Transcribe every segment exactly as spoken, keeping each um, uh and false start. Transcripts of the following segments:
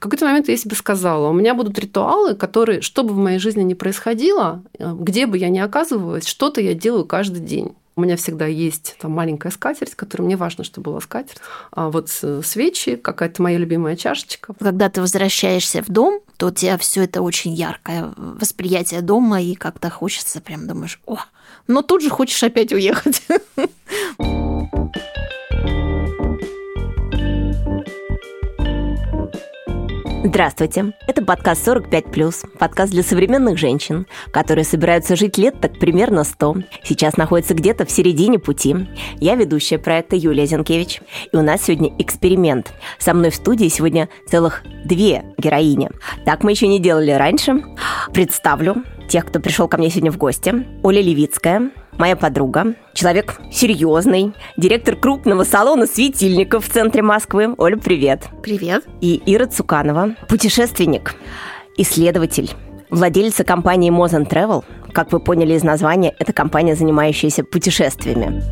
какой-то момент я себе сказала, у меня будут ритуалы, которые, что бы в моей жизни ни происходило, где бы я ни оказывалась, что-то я делаю каждый день. У меня всегда есть там маленькая скатерть, которая мне важно, чтобы была скатерть. А вот свечи, какая-то моя любимая чашечка. Когда ты возвращаешься в дом, то у тебя все это очень яркое восприятие дома, и как-то хочется, прям думаешь, о, но тут же хочешь опять уехать. Здравствуйте, это подкаст сорок пять плюс, подкаст для современных женщин, которые собираются жить лет так примерно сто, сейчас находятся где-то в середине пути. Я ведущая проекта Юлия Зенкевич, и у нас сегодня эксперимент. Со мной в студии сегодня целых две героини. Так мы еще не делали раньше. Представлю тех, кто пришел ко мне сегодня в гости. Оля Левицкая, моя подруга, человек серьезный, директор крупного салона светильников в центре Москвы. Оля, привет. Привет. И Ира Цуканова, путешественник, исследователь, владельца компании Moz энд Travel. Как вы поняли из названия, это компания, занимающаяся путешествиями.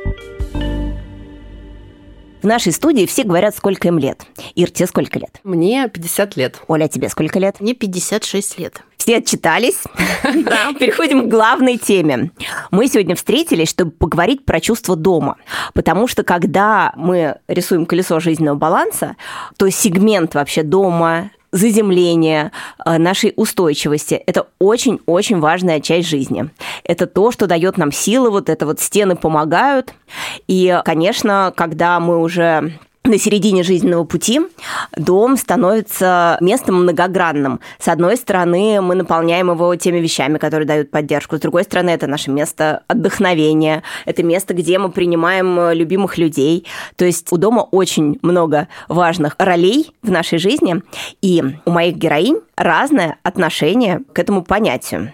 В нашей студии все говорят, сколько им лет. Ир, тебе сколько лет? Мне пятьдесят лет. Оля, тебе сколько лет? Мне пятьдесят шесть лет. Все отчитались? Да. Переходим к главной теме. Мы сегодня встретились, чтобы поговорить про чувство дома. Потому что, когда мы рисуем колесо жизненного баланса, то сегмент вообще дома, заземление, нашей устойчивости – это очень-очень важная часть жизни. Это то, что дает нам силы, вот это вот стены помогают. И, конечно, когда мы уже на середине жизненного пути, дом становится местом многогранным. С одной стороны, мы наполняем его теми вещами, которые дают поддержку. С другой стороны, это наше место отдохновения. Это место, где мы принимаем любимых людей. То есть у дома очень много важных ролей в нашей жизни. И у моих героинь разное отношение к этому понятию.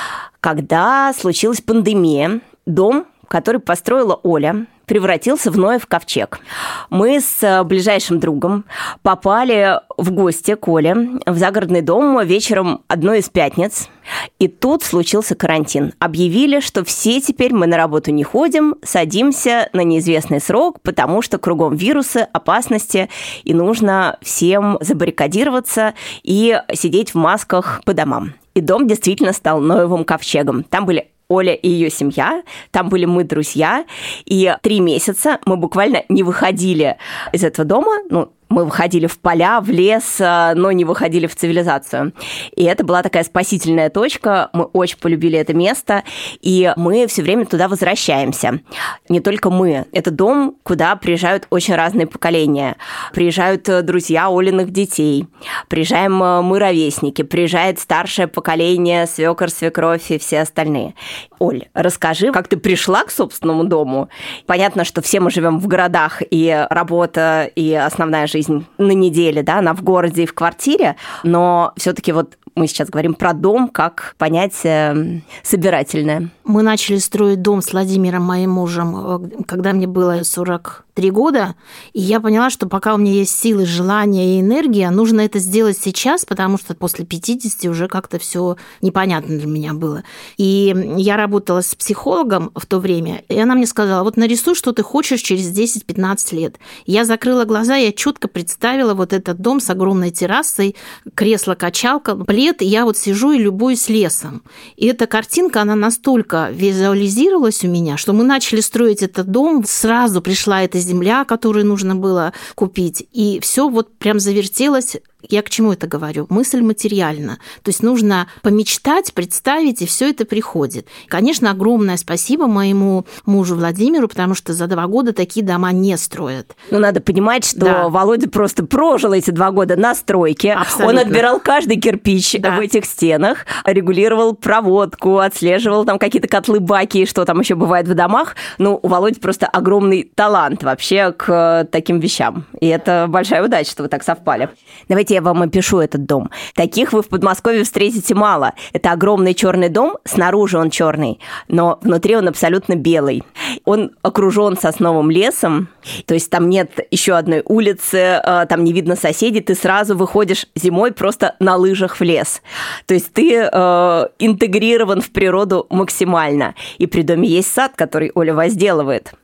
Когда случилась пандемия, дом, который построила Оля, превратился в Ноев ковчег. Мы с ближайшим другом попали в гости к Оле в загородный дом вечером одной из пятниц. И тут случился карантин. Объявили, что все теперь мы на работу не ходим, садимся на неизвестный срок, потому что кругом вирусы, опасности, и нужно всем забаррикадироваться и сидеть в масках по домам. И дом действительно стал Ноевым ковчегом. Там были Оля и ее семья, там были мы, друзья, и три месяца мы буквально не выходили из этого дома, ну, мы выходили в поля, в лес, но не выходили в цивилизацию. И это была такая спасительная точка, мы очень полюбили это место, и мы все время туда возвращаемся. Не только мы. Это дом, куда приезжают очень разные поколения. Приезжают друзья Олиных детей, приезжаем мы, ровесники, приезжает старшее поколение, свекор, свекровь и все остальные. Оль, расскажи, как ты пришла к собственному дому? Понятно, что все мы живем в городах, и работа, и основная жизнь на неделе, да, она в городе и в квартире, но все-таки вот мы сейчас говорим про дом как понятие собирательное. Мы начали строить дом с Владимиром, моим мужем, когда мне было сорок три года, и я поняла, что пока у меня есть силы, желание и энергия, нужно это сделать сейчас, потому что после пятидесяти уже как-то все непонятно для меня было. И я работала с психологом в то время, и она мне сказала, вот нарисуй, что ты хочешь через десять-пятнадцать лет. Я закрыла глаза, я четко представила вот этот дом с огромной террасой, кресло-качалка, плед, и я вот сижу и любуюсь лесом. И эта картинка, она настолько визуализировалась у меня, что мы начали строить этот дом, сразу пришла эта земля, которую нужно было купить, и все вот прям завертелось. Я к чему это говорю? Мысль материальна. То есть нужно помечтать, представить, и все это приходит. Конечно, огромное спасибо моему мужу Владимиру, потому что за два года такие дома не строят. Ну, надо понимать, что да. Володя просто прожил эти два года на стройке. Абсолютно. Он отбирал каждый кирпич да. в этих стенах, регулировал проводку, отслеживал там какие-то котлы, баки, что там еще бывает в домах. Ну, у Володи просто огромный талант вообще к таким вещам. И это большая удача, что вы так совпали. Давайте я вам опишу этот дом. Таких вы в Подмосковье встретите мало. Это огромный черный дом, снаружи он черный, но внутри он абсолютно белый. Он окружен сосновым лесом, то есть там нет еще одной улицы, там не видно соседей, ты сразу выходишь зимой просто на лыжах в лес. То есть ты э, интегрирован в природу максимально. И при доме есть сад, который Оля возделывает.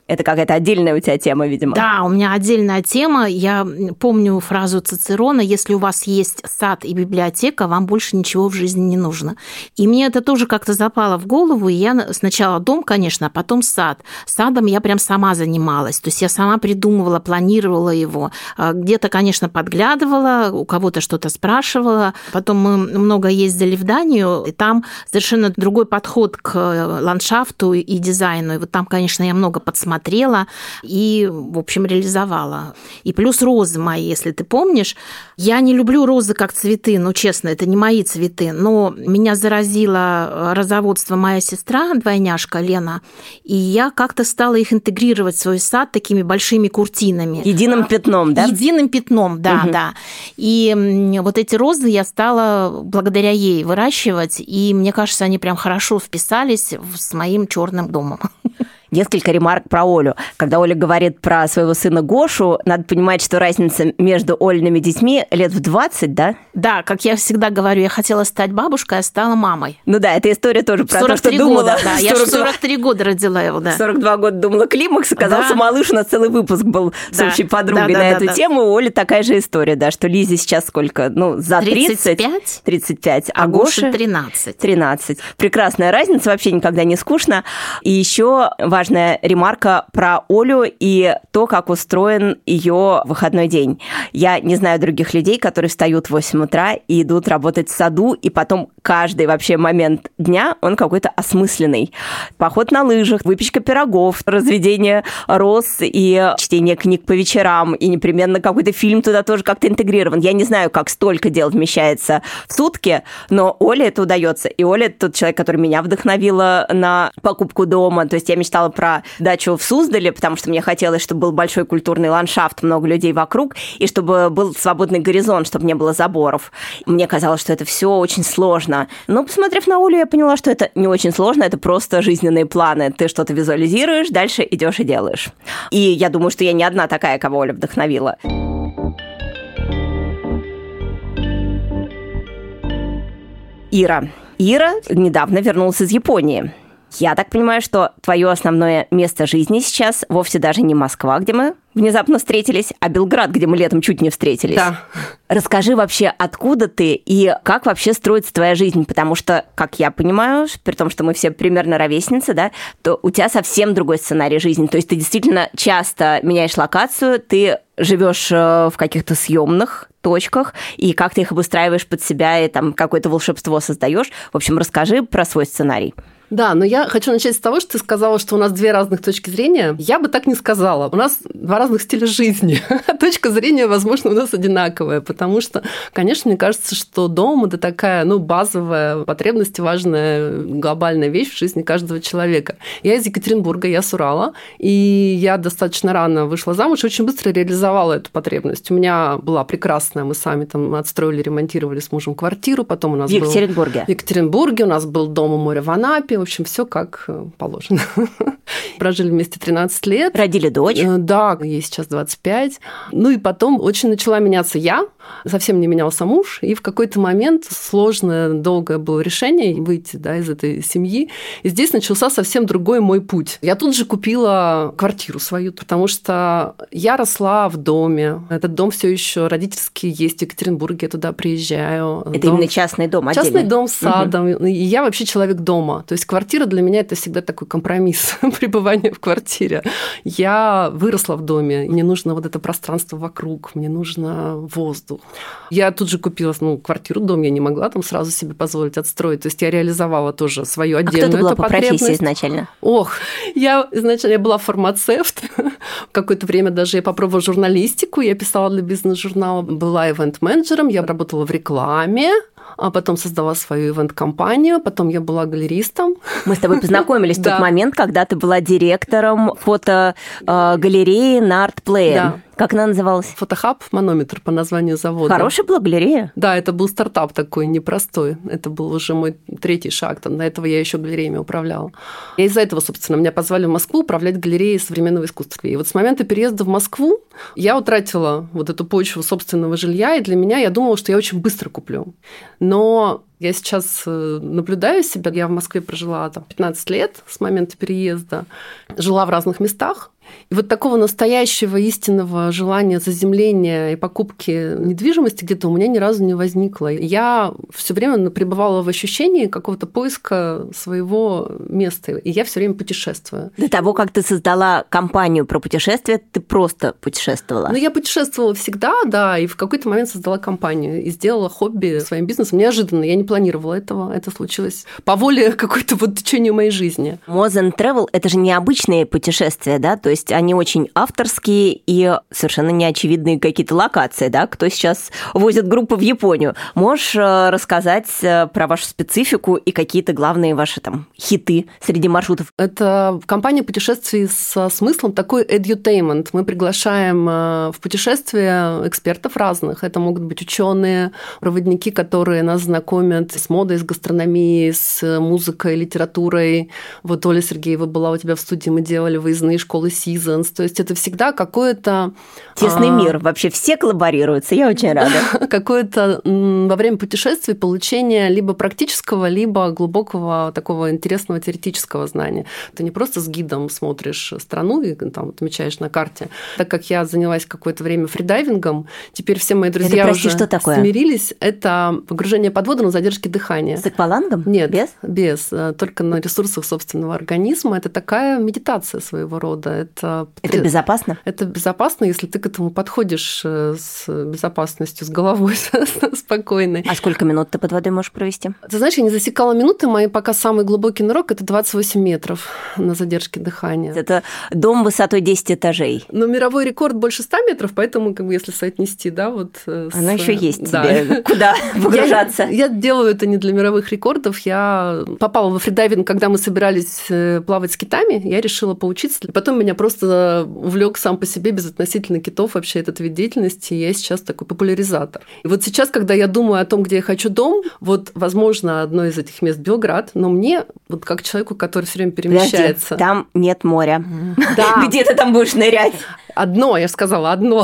Это какая-то отдельная у тебя тема, видимо. Да, у меня отдельная тема. Я помню фразу Цицерона: если у вас есть сад и библиотека, вам больше ничего в жизни не нужно. И мне это тоже как-то запало в голову, и я сначала дом, конечно, а потом сад. Садом я прям сама занималась, то есть я сама придумывала, планировала его. Где-то, конечно, подглядывала, у кого-то что-то спрашивала. Потом мы много ездили в Данию, и там совершенно другой подход к ландшафту и дизайну. И вот там, конечно, я много подсмотрела и, в общем, реализовала. И плюс розы мои, если ты помнишь. Я не люблю розы как цветы, ну, честно, это не мои цветы, но меня заразила розоводство моя сестра, двойняшка Лена, и я как-то стала их интегрировать в свой сад такими большими куртинами. Единым пятном, да? Единым пятном, да, угу. да. И вот эти розы я стала благодаря ей выращивать, и мне кажется, они прям хорошо вписались с моим черным домом. Несколько ремарок про Олю. Когда Оля говорит про своего сына Гошу, надо понимать, что разница между Олиными детьми лет в двадцать, да? Да, как я всегда говорю, я хотела стать бабушкой, а стала мамой. Ну да, эта история тоже про то, что думала... года, да, я в сорок три года родила его, да. сорок два года думала климакс, оказался да. малыш, у нас целый выпуск был с да. общей подругой да, да, на да, эту да, тему. У Оли такая же история, да, что Лизе сейчас сколько? Ну, за тридцать. тридцать пять. тридцать пять. А, а Гоше тринадцать. тринадцать. Прекрасная разница, вообще никогда не скучно. И еще важная ремарка про Олю и то, как устроен ее выходной день. Я не знаю других людей, которые встают в восемь утра и идут работать в саду, и потом каждый вообще момент дня, он какой-то осмысленный. Поход на лыжах, выпечка пирогов, разведение роз и чтение книг по вечерам, и непременно какой-то фильм туда тоже как-то интегрирован. Я не знаю, как столько дел вмещается в сутки, но Оле это удается. И Оля – это тот человек, который меня вдохновила на покупку дома. То есть я мечтала про дачу в Суздале, потому что мне хотелось, чтобы был большой культурный ландшафт, много людей вокруг, и чтобы был свободный горизонт, чтобы не было заборов. Мне казалось, что это все очень сложно. Но, посмотрев на Олю, я поняла, что это не очень сложно, это просто жизненные планы. Ты что-то визуализируешь, дальше идешь и делаешь. И я думаю, что я не одна такая, кого Оля вдохновила. Ира. Ира недавно вернулась из Японии. Я так понимаю, что твое основное место жизни сейчас вовсе даже не Москва, где мы внезапно встретились, а Белград, где мы летом чуть не встретились. Да. Расскажи вообще, откуда ты и как вообще строится твоя жизнь, потому что, как я понимаю, при том, что мы все примерно ровесницы, да, то у тебя совсем другой сценарий жизни. То есть ты действительно часто меняешь локацию, ты живешь в каких-то съемных точках, и как ты их обустраиваешь под себя, и там какое-то волшебство создаешь. В общем, расскажи про свой сценарий. Да, но я хочу начать с того, что ты сказала, что у нас две разных точки зрения. Я бы так не сказала. У нас два разных стиля жизни. Точка зрения, возможно, у нас одинаковая, потому что, конечно, мне кажется, что дом – это такая, ну, базовая потребность, важная глобальная вещь в жизни каждого человека. Я из Екатеринбурга, я с Урала, и я достаточно рано вышла замуж и очень быстро реализовала эту потребность. У меня была прекрасная, мы сами там отстроили, ремонтировали с мужем квартиру, потом у нас в Екатеринбурге. был... В Екатеринбурге у нас был дом у моря в Анапе. В общем, все как положено. Прожили вместе тринадцать лет. Родили дочь. Да, ей сейчас двадцать пять. Ну и потом очень начала меняться я. Совсем не менялся муж. И в какой-то момент сложное, долгое было решение выйти, да, из этой семьи. И здесь начался совсем другой мой путь. Я тут же купила квартиру свою, потому что я росла в доме. Этот дом все еще родительский есть в Екатеринбурге. Я туда приезжаю. Это дом... именно частный дом отдельный? Частный дом с садом. Угу. И я вообще человек дома. То есть квартира для меня – это всегда такой компромисс пребывания в квартире. Я выросла в доме, мне нужно вот это пространство вокруг, мне нужно воздух. Я тут же купила ну, квартиру, дом я не могла там сразу себе позволить отстроить. То есть я реализовала тоже свою отдельную а кто ты была по потребность. Профессии изначально? Ох, я изначально я была фармацевт. Какое-то время даже я попробовала журналистику, я писала для бизнес-журнала, была ивент-менеджером, я работала в рекламе, а потом создала свою ивент-компанию, потом я была галеристом. Мы с тобой познакомились в тот момент, когда ты была директором фотогалереи на Артплее. Да. Как она называлась? Фотохаб «Манометр» по названию завода. Хорошая была галерея? Да, это был стартап такой непростой. Это был уже мой третий шаг. Там, до этого я еще галереями управляла. И из-за этого, собственно, меня позвали в Москву управлять галереей современного искусства. И вот с момента переезда в Москву я утратила вот эту почву собственного жилья, и для меня я думала, что я очень быстро куплю. Но я сейчас наблюдаю себя. Я в Москве прожила там пятнадцать лет с момента переезда. Жила в разных местах. И вот такого настоящего, истинного желания заземления и покупки недвижимости где-то у меня ни разу не возникло. Я все время пребывала в ощущении какого-то поиска своего места. И я все время путешествую. До того, как ты создала компанию про путешествия, ты просто путешествовала? Ну, я путешествовала всегда, да, и в какой-то момент создала компанию и сделала хобби своим бизнесом. Неожиданно, я не планировала этого. Это случилось по воле какой-то вот течению моей жизни. Moz and Travel – это же необычные путешествия, да? То есть они очень авторские и совершенно неочевидные какие-то локации, да? Кто сейчас возит группу в Японию? Можешь рассказать про вашу специфику и какие-то главные ваши там хиты среди маршрутов? Это компания путешествий со смыслом такой edutainment. Мы приглашаем в путешествия экспертов разных. Это могут быть ученые, проводники, которые нас знакомят с модой, с гастрономией, с музыкой, литературой. Вот Оля Сергеева была у тебя в студии, мы делали выездные школы Seasons. То есть это всегда какое-то... Тесный а... мир. Вообще все коллаборируются. Я очень рада. Какое-то во время путешествий получение либо практического, либо глубокого такого интересного теоретического знания. Ты не просто с гидом смотришь страну и там отмечаешь на карте. Так как я занялась какое-то время фридайвингом, теперь все мои друзья это, прости, уже что такое? смирились. Это погружение под воду на задержке дыхания. С аквалангом? Нет, без? Без. Только на ресурсах собственного организма. Это такая медитация своего рода. Это, это безопасно? Это безопасно, если ты к этому подходишь с безопасностью, с головой спокойной. А сколько минут ты под водой можешь провести? Ты знаешь, я не засекала минуты. Мои пока самый глубокий нырок – это двадцать восемь метров на задержке дыхания. Это дом высотой десять этажей. Но мировой рекорд больше ста метров, поэтому, как бы, если соотнести, да, вот... С... Оно еще есть да. тебе. Куда погружаться? Я, я делаю это не для мировых рекордов. Я попала во фридайвинг, когда мы собирались плавать с китами. Я решила поучиться. Потом меня просто увлек сам по себе безотносительно китов вообще этот вид деятельности. И я сейчас такой популяризатор. И вот сейчас, когда я думаю о том, где я хочу дом, вот, возможно, одно из этих мест Белград, но мне, вот как человеку, который все время перемещается... Подожди, там нет моря. Да. Где ты там будешь нырять? Одно, я же сказала, одно.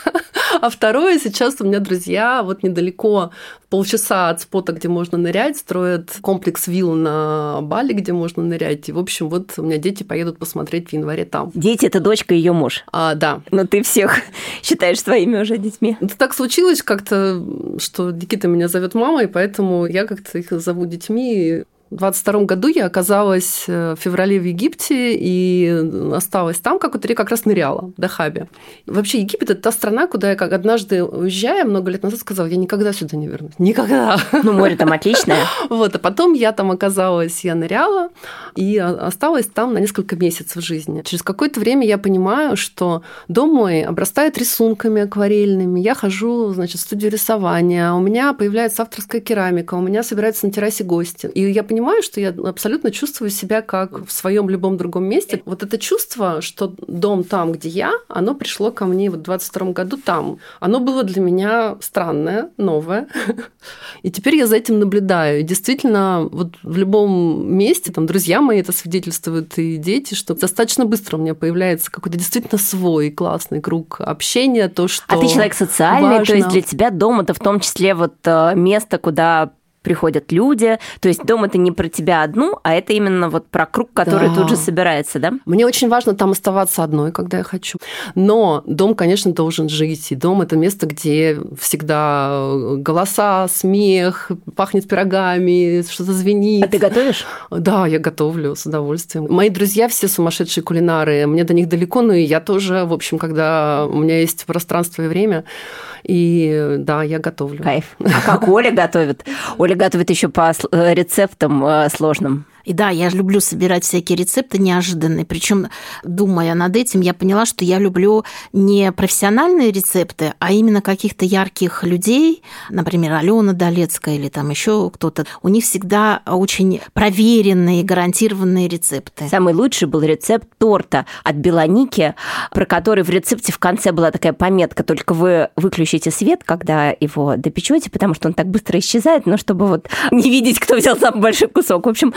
А второе, сейчас у меня друзья вот недалеко, полчаса от спота, где можно нырять, строят комплекс вилл на Бали, где можно нырять. И, в общем, вот у меня дети поедут посмотреть в январе там. Дети – это дочка и ее муж? А, да. Но ты всех считаешь своими уже детьми? Это так случилось как-то, что Никита меня зовет мамой, поэтому я как-то их зову детьми. В двадцать втором году я оказалась в феврале в Египте и осталась там, как, вот, как раз ныряла, в Дахабе. Вообще Египет – это та страна, куда я как однажды, уезжая много лет назад, сказала, я никогда сюда не вернусь. Никогда. Ну, море там отличное. Вот, а потом я там оказалась, я ныряла и осталась там на несколько месяцев жизни. Через какое-то время я понимаю, что дом мой обрастает рисунками акварельными, я хожу, значит, в студию рисования, у меня появляется авторская керамика, у меня собираются на террасе гости. И я понимаю, понимаю, что я абсолютно чувствую себя как в своем любом другом месте. Вот это чувство, что дом там, где я, оно пришло ко мне вот в двадцать втором году там. Оно было для меня странное, новое. И теперь я за этим наблюдаю. И действительно, вот в любом месте, там друзья мои это свидетельствуют, и дети, что достаточно быстро у меня появляется какой-то действительно свой классный круг общения, то, что А ты человек социальный, важно. То есть для тебя дом – это в том числе вот место, куда приходят люди. То есть дом – это не про тебя одну, а это именно вот про круг, который да. тут же собирается, да? Мне очень важно там оставаться одной, когда я хочу. Но дом, конечно, должен жить. И дом – это место, где всегда голоса, смех, пахнет пирогами, что-то звенит. А ты готовишь? Да, я готовлю с удовольствием. Мои друзья все сумасшедшие кулинары. Мне до них далеко, но и я тоже, в общем, когда у меня есть пространство и время. И да, я готовлю. Кайф. А как Оля готовит? Оля готовит еще по рецептам сложным. И да, я люблю собирать всякие рецепты неожиданные. Причем, думая над этим, я поняла, что я люблю не профессиональные рецепты, а именно каких-то ярких людей, например, Алена Долецкая или там еще кто-то. У них всегда очень проверенные, гарантированные рецепты. Самый лучший был рецепт торта от Белоники, про который в рецепте в конце была такая пометка: только вы выключите свет, когда его допечете, потому что он так быстро исчезает, но чтобы вот не видеть, кто взял самый большой кусок. В общем,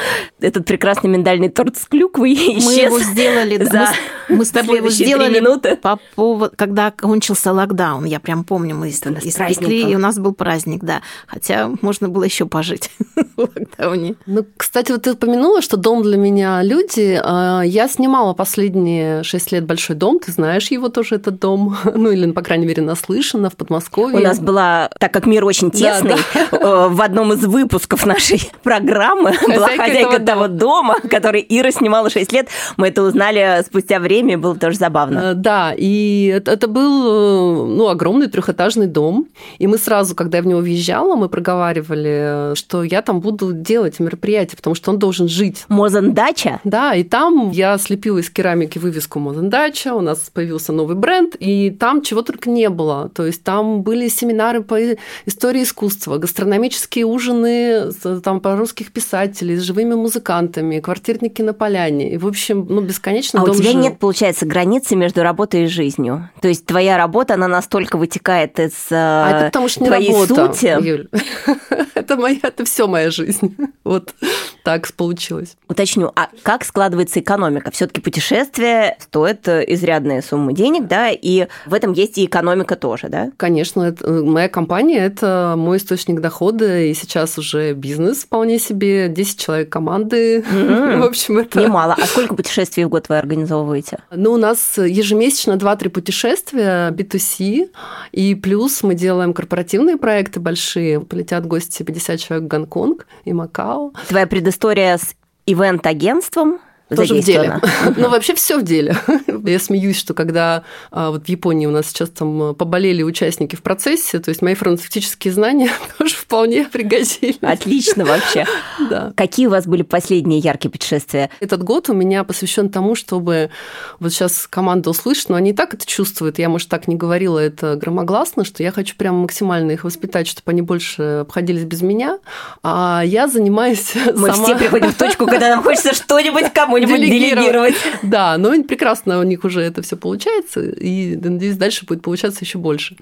этот прекрасный миндальный торт с клюквой исчез. Мы его сделали, за да. Мы, мы с тобой его сделали минуты. По поводу, когда кончился локдаун. Я прям помню, мы испекли, и у нас был праздник, да. Хотя можно было еще пожить в локдауне. Ну, кстати, вот ты упомянула, что дом для меня люди. Я снимала последние шесть лет большой дом. Ты знаешь его тоже, этот дом. Ну, или, по крайней мере, наслышана в Подмосковье. У нас была, так как мир очень тесный, да, да. в одном из выпусков нашей программы хозяйка была хозяйка того дома, который Ира снимала шесть лет. Мы это узнали спустя время, было тоже забавно. Да, и это, это был ну, огромный трехэтажный дом. И мы сразу, когда я в него въезжала, мы проговаривали, что я там буду делать мероприятие, потому что он должен жить. Мозендача? Да, и там я слепила из керамики вывеску Мозендача, у нас появился новый бренд, и там чего только не было. То есть там были семинары по истории искусства, гастрономические ужины там, по русских писателей с живыми музыкантами, квартирники на поляне. И, в общем, ну, бесконечно а дом у тебя жил. Нет, получается, границы между работой и жизнью? То есть твоя работа, она настолько вытекает из а это потому, что твоей не работа, сути? Юль. это, моя, это все моя жизнь. Вот так получилось. Уточню, а как складывается экономика? Все-таки путешествие стоит изрядные суммы денег, да, и в этом есть и экономика тоже, да? Конечно, это, моя компания – это мой источник дохода, и сейчас уже бизнес вполне себе, десять человек команды. Mm-hmm. В общем, это... Немало. А сколько путешествий в год вы организовываете? Ну, у нас ежемесячно два-три путешествия би ту си, и плюс мы делаем корпоративные проекты большие. Полетят гости пятьдесят человек в Гонконг и Макао. Твоя предыстория с ивент-агентством? Тоже в деле. Ну, вообще все в деле. Я смеюсь, что когда вот в Японии у нас сейчас там поболели участники в процессе, то есть мои фармацевтические знания тоже вполне пригодились. Отлично вообще. Да. Какие у вас были последние яркие путешествия? Этот год у меня посвящен тому, чтобы вот сейчас команда услышит, но они и так это чувствуют. Я, может, так не говорила это громогласно, что я хочу прям максимально их воспитать, чтобы они больше обходились без меня. А я занимаюсь Мы сама... все приходим в точку, когда нам хочется что-нибудь кому делегировать. делегировать. Да, но прекрасно у них уже это все получается, и, надеюсь, дальше будет получаться еще больше.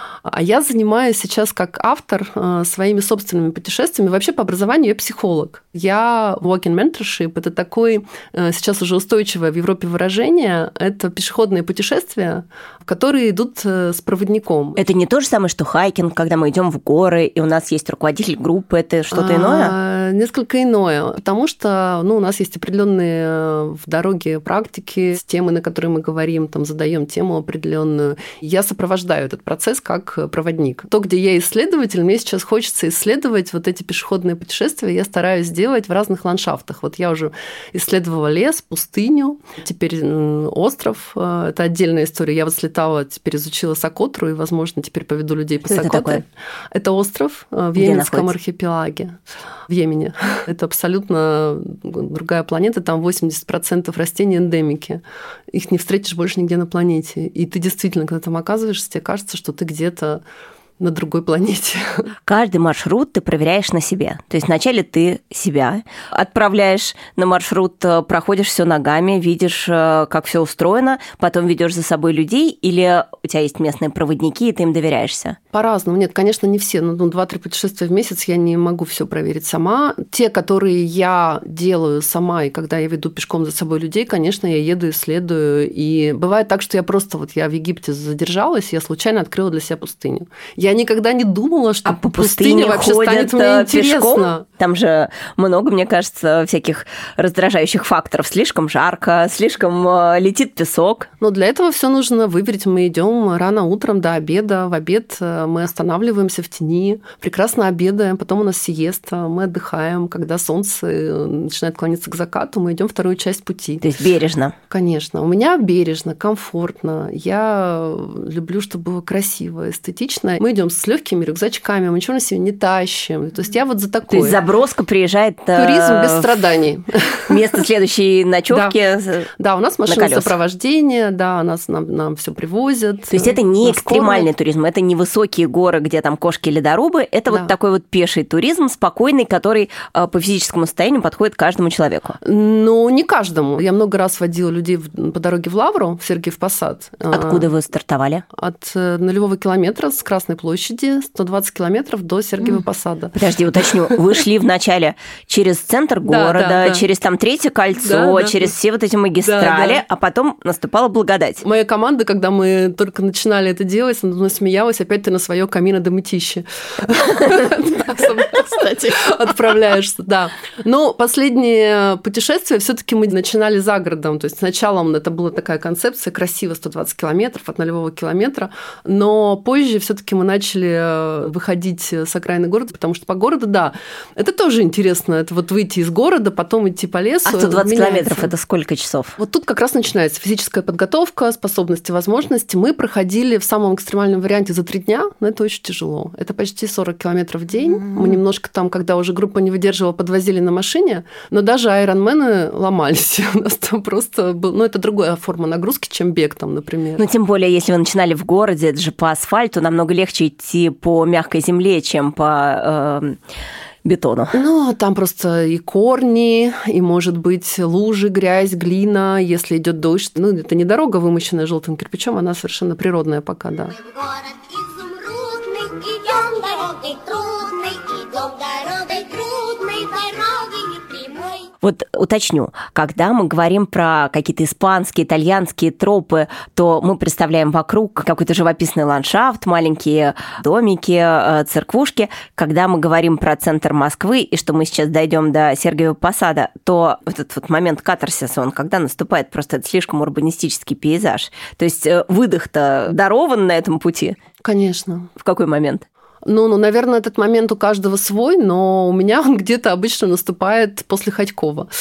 А я занимаюсь сейчас как автор своими собственными путешествиями. Вообще по образованию я психолог. Я walking mentorship. Это такое сейчас уже устойчивое в Европе выражение. Это пешеходные путешествия, которые идут с проводником. Это не то же самое, что хайкинг, когда мы идем в горы, и у нас есть руководитель группы. Это что-то иное? А, несколько иное. Потому что ну, у нас есть определенные в дороге практики, темы, на которые мы говорим, там, задаем тему определенную. Я сопровождаю этот процесс как проводник. То, где я исследователь, мне сейчас хочется исследовать вот эти пешеходные путешествия, я стараюсь делать в разных ландшафтах. Вот я уже исследовала лес, пустыню, теперь остров. Это отдельная история. Я вот слетала, теперь изучила Сокотру, и, возможно, теперь поведу людей по Что Сокотре. Это такое? Это остров в Где Йеменском находится? архипелаге. В Йемене. Это абсолютно другая планета, там восемьдесят процентов растений эндемики. Их не встретишь больше нигде на планете. И ты действительно, когда там оказываешься, тебе кажется, что ты где-то на другой планете. Каждый маршрут ты проверяешь на себе. То есть вначале ты себя отправляешь на маршрут, проходишь все ногами, видишь, как все устроено, потом ведешь за собой людей, или у тебя есть местные проводники, и ты им доверяешься? По-разному. Нет, конечно, не все. Ну, два-три путешествия в месяц я не могу все проверить сама. Те, которые я делаю сама, и когда я веду пешком за собой людей, конечно, я еду, исследую. И бывает так, что я просто вот я в Египте задержалась, я случайно открыла для себя пустыню. Я никогда не думала, что а по пустыне вообще станет мне интересно. Пешком? Там же много, мне кажется, всяких раздражающих факторов. Слишком жарко, слишком летит песок. Но для этого все нужно выбрать. Мы идем рано утром до обеда. В обед мы останавливаемся в тени, прекрасно обедаем, потом у нас сиеста, мы отдыхаем. Когда солнце начинает клониться к закату, мы идем вторую часть пути. То есть бережно? Конечно. У меня бережно, комфортно. Я люблю, чтобы было красиво, эстетично. Мы идем с легкими рюкзачками, мы ничего на себе не тащим. То есть я вот за такое. То есть заброска приезжает... Туризм без страданий. Место следующей ночевки. Да. да, у нас машина сопровождения, да, нас, нам, нам все привозят. То есть это не экстремальный туризм, это не высокие горы, где там кошки, ледорубы, это да. вот такой вот пеший туризм, спокойный, который по физическому состоянию подходит каждому человеку. Ну, не каждому. Я много раз водила людей по дороге в Лавру, в Сергиев Посад. Откуда вы стартовали? От нулевого километра с Красной площади. площади, сто двадцать километров до Сергиева Посада. Подожди, уточню. Вы шли вначале через центр города, да, да, да. через там Третье кольцо, да, да, через да. все вот эти магистрали, да, да. а потом наступала благодать. Моя команда, когда мы только начинали это делать, надо мной смеялась, опять ты на свое камино до мытищи. Кстати, отправляешься, да. Но последнее путешествие все-таки мы начинали за городом. То есть сначала это была такая концепция, красиво сто двадцать километров от нулевого километра, но позже все-таки мы начали выходить с окраины города, потому что по городу, да, это тоже интересно. Это вот выйти из города, потом идти по лесу. А сто двадцать километров – это сколько часов? Вот тут как раз начинается физическая подготовка, способности, возможности. Мы проходили в самом экстремальном варианте за три дня, но это очень тяжело. Это почти сорок километров в день. Mm-hmm. Мы немножко там, когда уже группа не выдерживала, подвозили на машине, но даже айронмены ломались. У нас там просто был... Ну, это другая форма нагрузки, чем бег там, например. Ну, тем более, если вы начинали в городе, это же по асфальту, намного легче идти по мягкой земле, чем по... Э... бетону. Ну, там просто и корни, и, может быть, лужи, грязь, глина, если идет дождь. Ну, это не дорога, вымощенная желтым кирпичом, она совершенно природная пока, да. Вот уточню, когда мы говорим про какие-то испанские, итальянские тропы, то мы представляем вокруг какой-то живописный ландшафт, маленькие домики, церквушки. Когда мы говорим про центр Москвы, и что мы сейчас дойдем до Сергиева Посада, то этот вот момент катарсиса, он когда наступает? Просто это слишком урбанистический пейзаж. То есть выдох-то дарован на этом пути? Конечно. В какой момент? Ну, ну, наверное, этот момент у каждого свой, но у меня он где-то обычно наступает после Ходькова.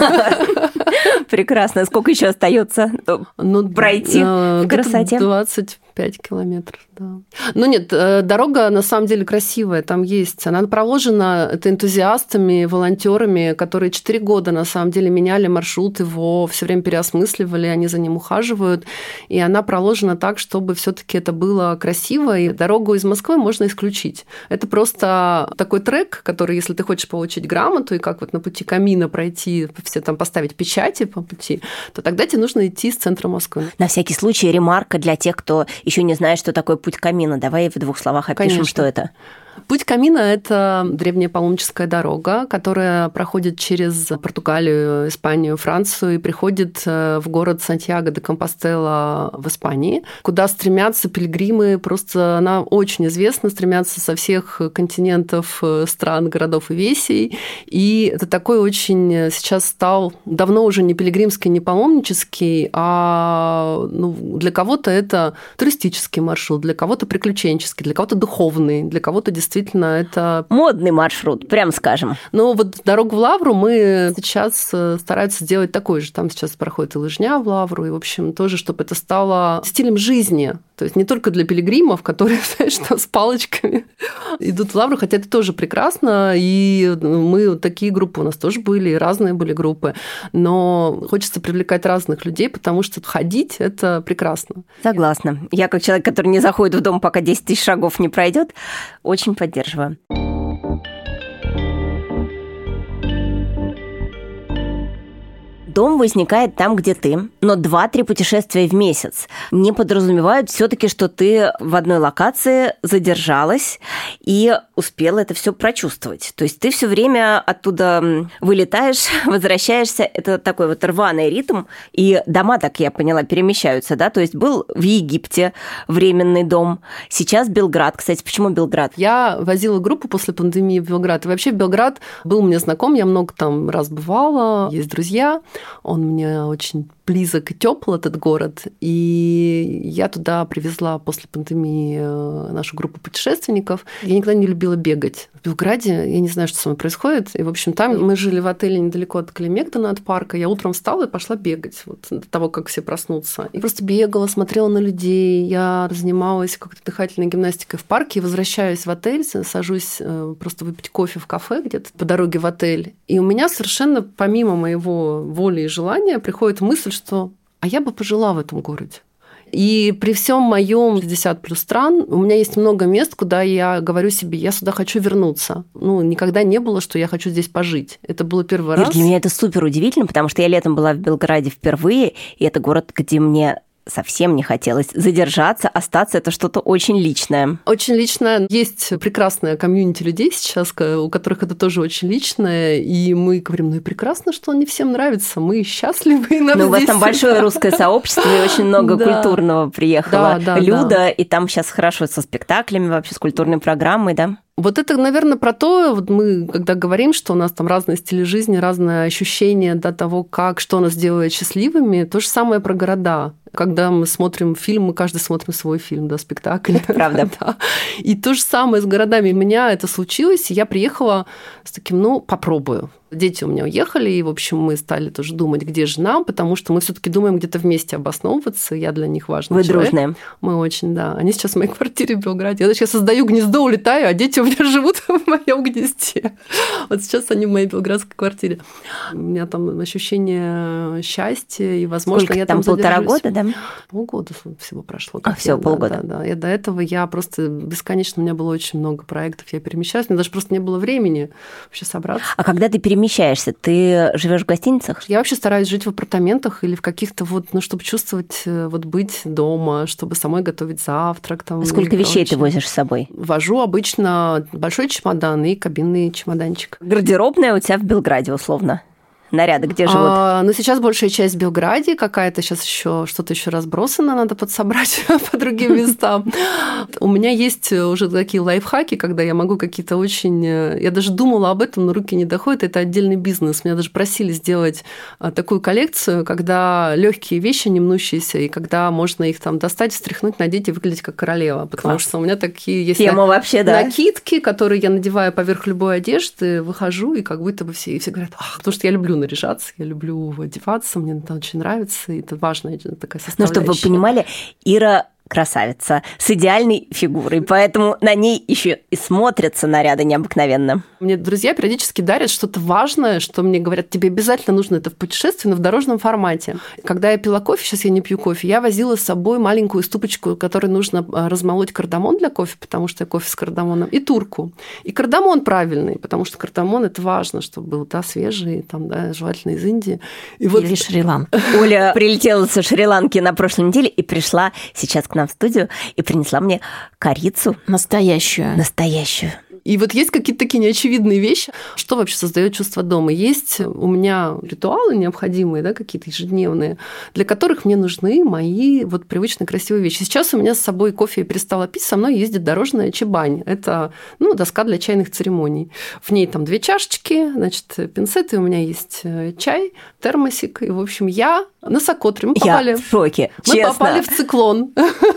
Прекрасно. Сколько еще остается ну, пройти э, в красоте? двадцать пять километров, да. Ну нет, дорога на самом деле красивая, там есть. Она проложена это энтузиастами, волонтерами, которые четыре года на самом деле меняли маршрут его, все время переосмысливали, они за ним ухаживают. И она проложена так, чтобы все-таки это было красиво, и дорогу из Москвы можно исключить. Это просто такой трек, который, если ты хочешь получить грамоту и как вот на пути камина пройти, все там поставить печати по пути, то тогда тебе нужно идти из центра Москвы. На всякий случай ремарка для тех, кто еще не знает, что такое путь камина. Давай в двух словах опишем, Конечно. Что это. Путь камина – это древняя паломническая дорога, которая проходит через Португалию, Испанию, Францию и приходит в город Сантьяго де Компостела в Испании, куда стремятся пилигримы. Просто она очень известна, стремятся со всех континентов, стран, городов и весей. И это такой очень сейчас стал давно уже не пилигримский, не паломнический, а ну, для кого-то это туристический маршрут, для кого-то приключенческий, для кого-то духовный, для кого-то действительно Действительно, это... Модный маршрут, прям скажем. Ну, вот дорогу в Лавру мы сейчас стараемся сделать такой же. Там сейчас проходит и лыжня в Лавру, и, в общем, тоже, чтобы это стало стилем жизни. То есть не только для пилигримов, которые, знаешь, там с палочками идут в Лавру, хотя это тоже прекрасно, и мы, такие группы у нас тоже были, и разные были группы, но хочется привлекать разных людей, потому что ходить – это прекрасно. Согласна. Я, как человек, который не заходит в дом, пока десять тысяч шагов не пройдет, очень поддерживаю. Дом возникает там, где ты, но два-три путешествия в месяц не подразумевают все-таки, что ты в одной локации задержалась и успела это все прочувствовать. То есть ты все время оттуда вылетаешь, возвращаешься. Это такой вот рваный ритм. И дома, так я поняла, перемещаются, да? То есть был в Египте временный дом, сейчас Белград. Кстати, почему Белград? Я возила группу после пандемии в Белград. И вообще Белград был мне знаком, я много там раз бывала, есть друзья. Он мне очень близок и тепл, этот город. И я туда привезла после пандемии нашу группу путешественников. Я никогда не любила бегать. В Белграде я не знаю, что со мной происходит. И, в общем, там мы жили в отеле недалеко от Калимегдана, от парка. Я утром встала и пошла бегать вот, до того, как все проснутся. И просто бегала, смотрела на людей. Я занималась как-то дыхательной гимнастикой в парке. И возвращаюсь в отель, сажусь просто выпить кофе в кафе где-то по дороге в отель. И у меня совершенно помимо моего воли и желания приходит мысль, что а я бы пожила в этом городе. И при всем моем шестьдесят плюс стран у меня есть много мест, куда я говорю себе, я сюда хочу вернуться. Ну, никогда не было, что я хочу здесь пожить. Это было первый Ир, раз. Для меня это супер удивительно, потому что я летом была в Белграде впервые, и это город, где мне совсем не хотелось задержаться, остаться, это что-то очень личное. Очень личное. Есть прекрасная комьюнити людей сейчас, у которых это тоже очень личное, и мы говорим, ну и прекрасно, что он не всем нравится, мы счастливы. И нам ну, у вас здесь там большое русское сообщество, и очень много да. культурного приехало. Да, да, Люда, да. и там сейчас хорошо со спектаклями, вообще с культурной программой, да? Вот это, наверное, про то, вот мы, когда говорим, что у нас там разные стили жизни, разные ощущения до того, как, что нас делает счастливыми, то же самое про города. Когда мы смотрим фильм, мы каждый смотрим свой фильм, да, спектакль. Правда. Да. И то же самое с городами. У меня это случилось, и я приехала с таким, ну, попробую. Дети у меня уехали, и, в общем, мы стали тоже думать, где же нам, потому что мы все-таки думаем где-то вместе обосновываться. Я для них важный Вы человек. дружные. Мы очень, да. Они сейчас в моей квартире в Белграде. Я сейчас создаю гнездо, улетаю, а дети у меня живут в моем гнезде. Вот сейчас они в моей белградской квартире. У меня там ощущение счастья, и, возможно, Сколько я там, там полтора задержусь. года, да? Полгода всего прошло. А, всего да, полгода. Да, да. И до этого я просто бесконечно, у меня было очень много проектов, я перемещалась, мне даже просто не было времени вообще собраться. А когда ты перемещаешься, ты живешь в гостиницах? Я вообще стараюсь жить в апартаментах или в каких-то вот, ну, чтобы чувствовать, вот быть дома, чтобы самой готовить завтрак. Там, а сколько вещей ты возишь с собой? Вожу обычно большой чемодан и кабинный чемоданчик. Гардеробная у тебя в Белграде, условно. Наряды где живут? А, ну, сейчас большая часть в Белграде, какая-то сейчас еще что-то еще разбросано, надо подсобрать по другим местам. У меня есть уже такие лайфхаки, когда я могу какие-то очень... Я даже думала об этом, но руки не доходят. Это отдельный бизнес. Меня даже просили сделать такую коллекцию, когда легкие вещи, не мнущиеся, и когда можно их там достать, встряхнуть, надеть и выглядеть как королева. Потому Класс. что у меня такие есть Тема вообще, да. накидки, которые я надеваю поверх любой одежды, выхожу, и как будто бы все, и все говорят, ах, потому что я люблю наряжаться, я люблю одеваться, мне это очень нравится, и это важная такая составляющая. Ну, чтобы вы понимали, Ира красавица с идеальной фигурой, поэтому на ней еще и смотрятся наряды необыкновенно. Мне друзья периодически дарят что-то важное, что мне говорят, тебе обязательно нужно это в путешествии, но в дорожном формате. Когда я пила кофе, сейчас я не пью кофе, я возила с собой маленькую ступочку, которой нужно размолоть кардамон для кофе, потому что я кофе с кардамоном, и турку. И кардамон правильный, потому что кардамон – это важно, чтобы был, да, свежий, там, да, желательно из Индии. И вот... Или Шри-Ланка. Оля прилетела со Шри-Ланки на прошлой неделе и пришла сейчас к нам в студию и принесла мне корицу. Настоящую. Настоящую. И вот есть какие-то такие неочевидные вещи, что вообще создает чувство дома. Есть у меня ритуалы необходимые, да, какие-то ежедневные, для которых мне нужны мои вот привычные красивые вещи. Сейчас у меня с собой кофе я перестала пить, со мной ездит дорожная чебань. Это, ну, доска для чайных церемоний. В ней там две чашечки, значит, пинцеты, у меня есть чай, термосик. И, в общем, я на Сокотре. Мы попали, я в шоке, мы честно. попали в циклон.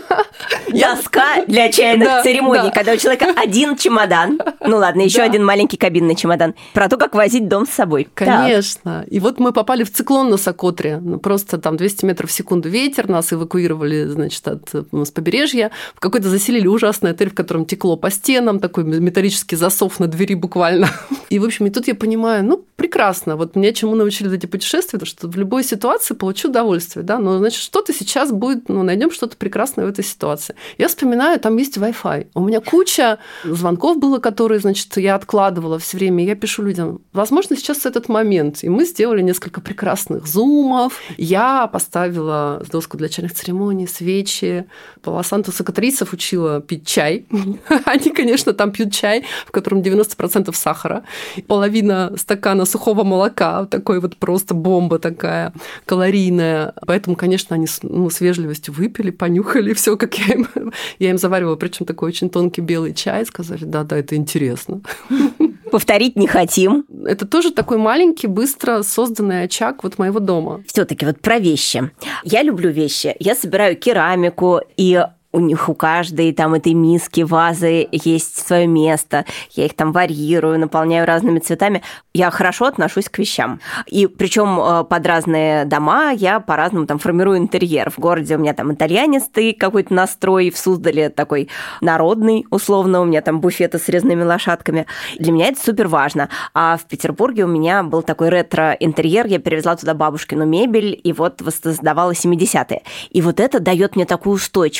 Доска для чайных да, церемоний, да. когда у человека один чемодан. Ну ладно, еще да. один маленький кабинный чемодан. Про то, как возить дом с собой. Конечно. Так. И вот мы попали в циклон на Сокотре. Ну, просто там двести метров в секунду ветер, нас эвакуировали, значит, от, с побережья. В какой-то заселили ужасный отель, в котором текло по стенам, такой металлический засов на двери буквально. И, в общем, и тут я понимаю, ну, прекрасно. Вот меня чему научили эти путешествия, то, что в любой ситуации получу удовольствие, да, но, значит, что-то сейчас будет, ну, найдем что-то прекрасное в этой ситуации. Я вспоминаю, там есть Wi-Fi. У меня куча звонков было, которые, значит, я откладывала все время. Я пишу людям, возможно, сейчас этот момент. И мы сделали несколько прекрасных зумов. Я поставила доску для чайных церемоний, свечи. Полосанту сокотрийцев учила пить чай. Они, конечно, там пьют чай, в котором девяносто процентов сахара. Половина стакана сухого молока. Такой вот просто бомба такая калорийная. Поэтому, конечно, они ну, с вежливостью выпили, понюхали все, как я им, я им заваривала. Причем такой очень тонкий белый чай. Сказали, да-да, это интересно. Повторить не хотим. Это тоже такой маленький, быстро созданный очаг вот моего дома. Все-таки вот про вещи. Я люблю вещи. Я собираю керамику, и у них у каждой там этой миски, вазы есть свое место. Я их там варьирую, наполняю разными цветами. Я хорошо отношусь к вещам. И причем под разные дома я по-разному там формирую интерьер. В городе у меня там итальянистый какой-то настрой, в Суздале такой народный, условно. У меня там буфеты с резными лошадками. Для меня это супер важно. А в Петербурге у меня был такой ретро-интерьер. Я перевезла туда бабушкину мебель и вот воссоздавала семидесятые. И вот это дает мне такую устойчивость, дает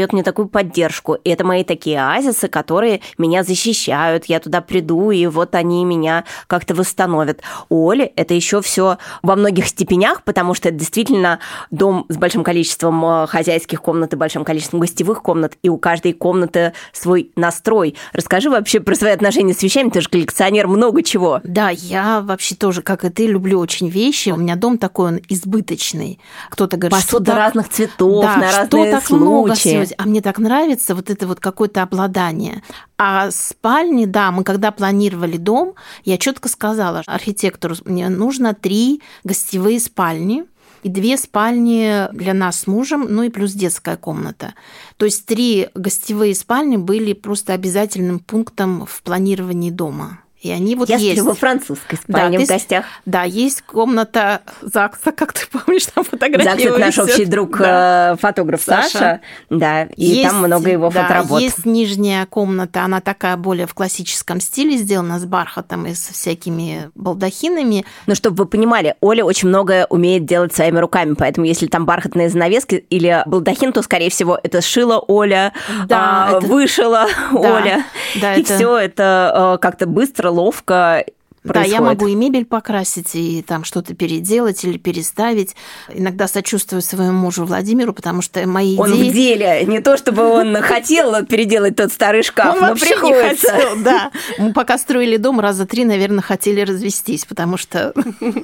дает мне такую поддержку. И это мои такие оазисы, которые меня защищают. Я туда приду, и вот они меня как-то восстановят. У Оли это еще все во многих степенях, потому что это действительно дом с большим количеством хозяйских комнат и большим количеством гостевых комнат, и у каждой комнаты свой настрой. Расскажи вообще про свои отношения с вещами, ты же коллекционер много чего. Да, я вообще тоже, как и ты, люблю очень вещи. У меня дом такой, он избыточный. Кто-то говорит, посуда что так... разных цветов, да, на разные что так случаи. Много всего. А мне так нравится вот это вот какое-то обладание. А спальни, да, мы когда планировали дом, я четко сказала архитектору, мне нужно три гостевые спальни и две спальни для нас с мужем, ну и плюс детская комната. То есть три гостевые спальни были просто обязательным пунктом в планировании дома. И они вот я есть. Я сплю во французской спальне, да, в гостях. Да, есть комната ЗАГСа, как ты помнишь, там фотографируется. ЗАГС – это наш общий друг, да. фотограф Саша. Саша. Да, и есть, там много его да, фоторабот. Есть нижняя комната, она такая более в классическом стиле, сделана с бархатом и с всякими балдахинами. Но чтобы вы понимали, Оля очень многое умеет делать своими руками, поэтому если там бархатные занавески или балдахин, то, скорее всего, это шила Оля, да, а, это... вышила да, Оля. Да, и это... все это как-то быстро, ловко происходит. Да, я могу и мебель покрасить, и там что-то переделать или переставить. Иногда сочувствую своему мужу Владимиру, потому что мои он идеи... Он в деле. Не то, чтобы он хотел переделать тот старый шкаф, он но вообще приходится. Не хотел, да. Мы пока строили дом, раза три, наверное, хотели развестись, потому что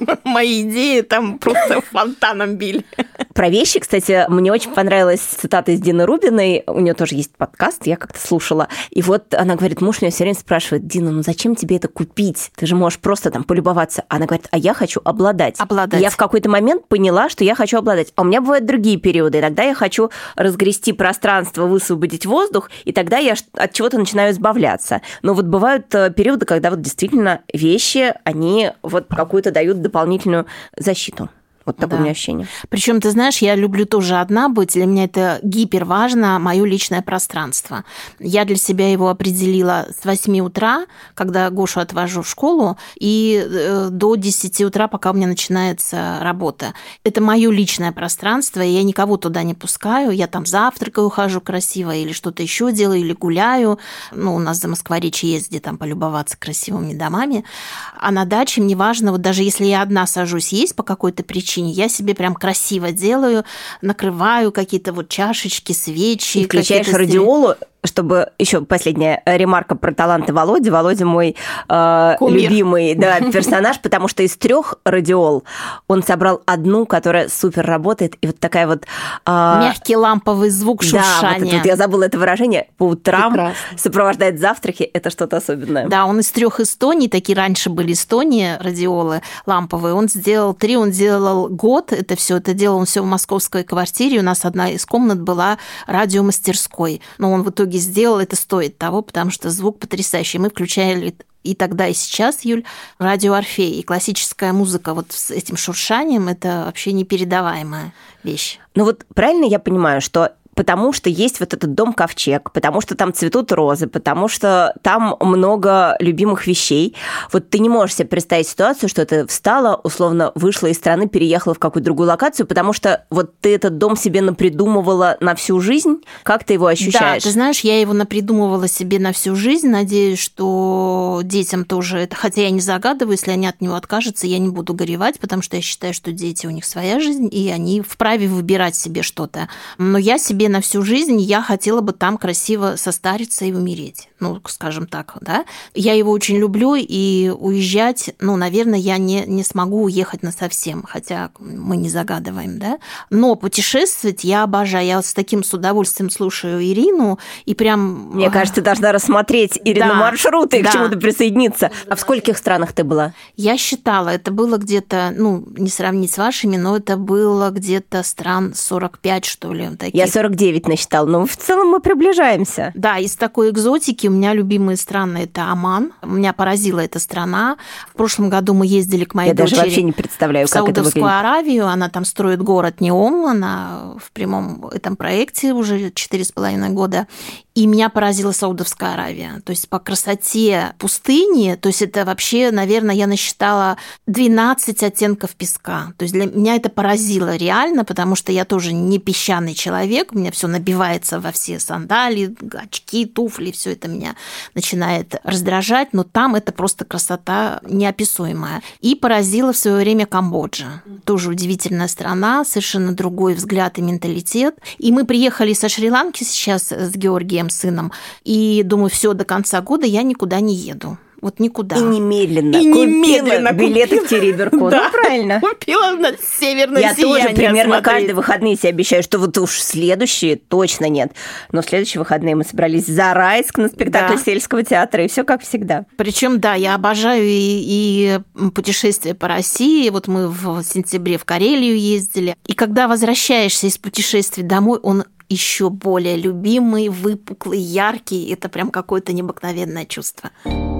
мои идеи там просто фонтаном били. Про вещи, кстати, мне очень понравилась цитата из Дины Рубиной. У нее тоже есть подкаст, я как-то слушала. И вот она говорит, муж меня все время спрашивает, Дина, ну зачем тебе это купить? Ты же можешь просто там полюбоваться. Она говорит, а я хочу обладать. Обладать. И я в какой-то момент поняла, что я хочу обладать. А у меня бывают другие периоды. Иногда я хочу разгрести пространство, высвободить воздух, и тогда я от чего-то начинаю избавляться. Но вот бывают периоды, когда вот действительно вещи, они вот какую-то дают дополнительную защиту. Вот такое да. у меня ощущение. Причем, ты знаешь, я люблю тоже одна быть. Для меня это гипер важно, мое личное пространство. Я для себя его определила с восьми утра, когда Гошу отвожу в школу, и до десяти утра, пока у меня начинается работа. Это мое личное пространство, и я никого туда не пускаю. Я там завтракаю, хожу красиво, или что-то еще делаю, или гуляю. Ну, у нас за Москворечье есть где там полюбоваться красивыми домами. А на даче мне важно, вот даже если я одна сажусь есть по какой-то причине, я себе прям красиво делаю, накрываю какие-то вот чашечки, свечи. И включаешь радиолу, чтобы еще последняя ремарка про таланты Володи. Володя мой э, любимый да, персонаж, потому что из трех радиол он собрал одну, которая супер работает, и вот такая вот э, мягкий ламповый звук шуршания. Да, вот, вот я забыла это выражение. По утрам прекрасно. Сопровождает завтраки. Это что-то особенное. Да, он из трех Эстоний, такие раньше были Эстонии радиолы ламповые. Он сделал три, он сделал год. Это все, это делал он все в московской квартире. У нас одна из комнат была радиомастерской, но он в итоге сделал, это стоит того, потому что звук потрясающий. Мы включали и тогда, и сейчас, Юль, радио Орфей. И классическая музыка вот с этим шуршанием – это вообще непередаваемая вещь. Ну вот правильно я понимаю, что потому что есть вот этот дом-ковчег, потому что там цветут розы, потому что там много любимых вещей. Вот ты не можешь себе представить ситуацию, что ты встала, условно вышла из страны, переехала в какую-то другую локацию, потому что вот ты этот дом себе напридумывала на всю жизнь. Как ты его ощущаешь? Да, ты знаешь, я его напридумывала себе на всю жизнь. Надеюсь, что детям тоже это... Хотя я не загадываю, если они от него откажутся, я не буду горевать, потому что я считаю, что дети, у них своя жизнь, и они вправе выбирать себе что-то. Но я себе на всю жизнь я хотела бы там красиво состариться и умереть. Ну, скажем так, да. Я его очень люблю, и уезжать, ну, наверное, я не, не смогу уехать насовсем, хотя мы не загадываем, да. Но путешествовать я обожаю. Я с таким с удовольствием слушаю Ирину, и прям... Мне кажется, ты должна рассмотреть Ирину да, маршруты и да. к чему-то присоединиться. А в скольких странах ты была? Я считала, это было где-то, ну, не сравнить с вашими, но это было где-то стран сорок пять, что ли. Таких. Я сорок девять насчитала, но в целом мы приближаемся. Да, из такой экзотики у меня любимые страны – это Оман. Меня поразила эта страна. В прошлом году мы ездили к моей Я дочери даже вообще не представляю, в как Саудовскую это Аравию. Она там строит город Неом, она в прямом этом проекте уже четыре с половиной года. И меня поразила Саудовская Аравия. То есть по красоте пустыни, то есть это вообще, наверное, я насчитала двенадцать оттенков песка. То есть для меня это поразило реально, потому что я тоже не песчаный человек, у меня все набивается во все сандали, очки, туфли, все это меня начинает раздражать, но там это просто красота неописуемая. И поразила в свое время Камбоджа. Тоже удивительная страна, совершенно другой взгляд и менталитет. И мы приехали со Шри-Ланки сейчас с Георгием, сыном, и думаю, все, до конца года я никуда не еду. Вот никуда. И немедленно и купила немедленно билеты купила. в Териберку. Да. Ну, правильно. Купила на северное Я сияние тоже примерно смотреть. каждые выходные себе обещаю, что вот уж следующие точно нет. Но в следующие выходные мы собрались в Зарайск на спектакль Да. сельского театра, и все как всегда. Причем, да, я обожаю и, и путешествия по России. Вот мы в сентябре в Карелию ездили. И когда возвращаешься из путешествий домой, он еще более любимый, выпуклый, яркий. Это прям какое-то необыкновенное чувство.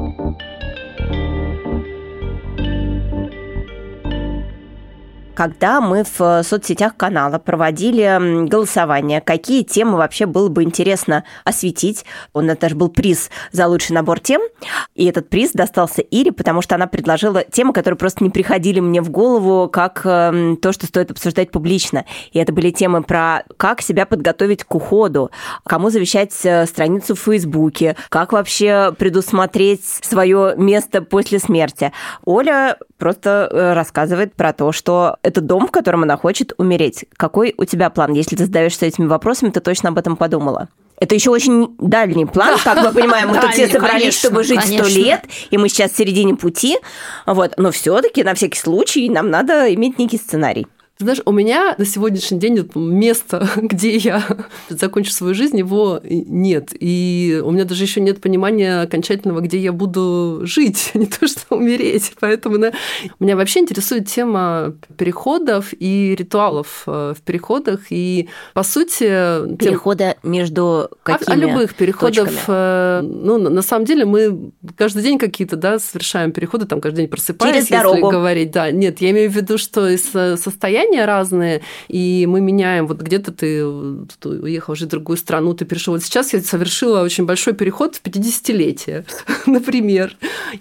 Когда мы в соцсетях канала проводили голосование, какие темы вообще было бы интересно осветить, у нас даже был приз за лучший набор тем, и этот приз достался Ире, потому что она предложила темы, которые просто не приходили мне в голову, как то, что стоит обсуждать публично. И это были темы про как себя подготовить к уходу, кому завещать страницу в Фейсбуке, как вообще предусмотреть свое место после смерти. Оля просто рассказывает про то, что это дом, в котором она хочет умереть. Какой у тебя план? Если ты задаешься этими вопросами, ты точно об этом подумала. Это еще очень дальний план, да. Как мы понимаем, мы тут все собрались, конечно, чтобы жить сто лет, и мы сейчас в середине пути. Вот. Но все-таки на всякий случай нам надо иметь некий сценарий. Ты знаешь, у меня на сегодняшний день место, где я закончу свою жизнь, его нет. И у меня даже еще нет понимания окончательного, где я буду жить, а не то, что умереть. Поэтому да, меня вообще интересует тема переходов и ритуалов в переходах. И, по сути... Перехода тем... между какими О, о любых переходов. Точками? Ну, на самом деле мы каждый день какие-то, да, совершаем переходы, там каждый день просыпаясь, через дорогу. Если говорить. Да, нет, я имею в виду, что из состояния разные, и мы меняем. Вот где-то ты уехал жить в другую страну, ты перешел. Вот сейчас я совершила очень большой переход в пятидесятилетие, например.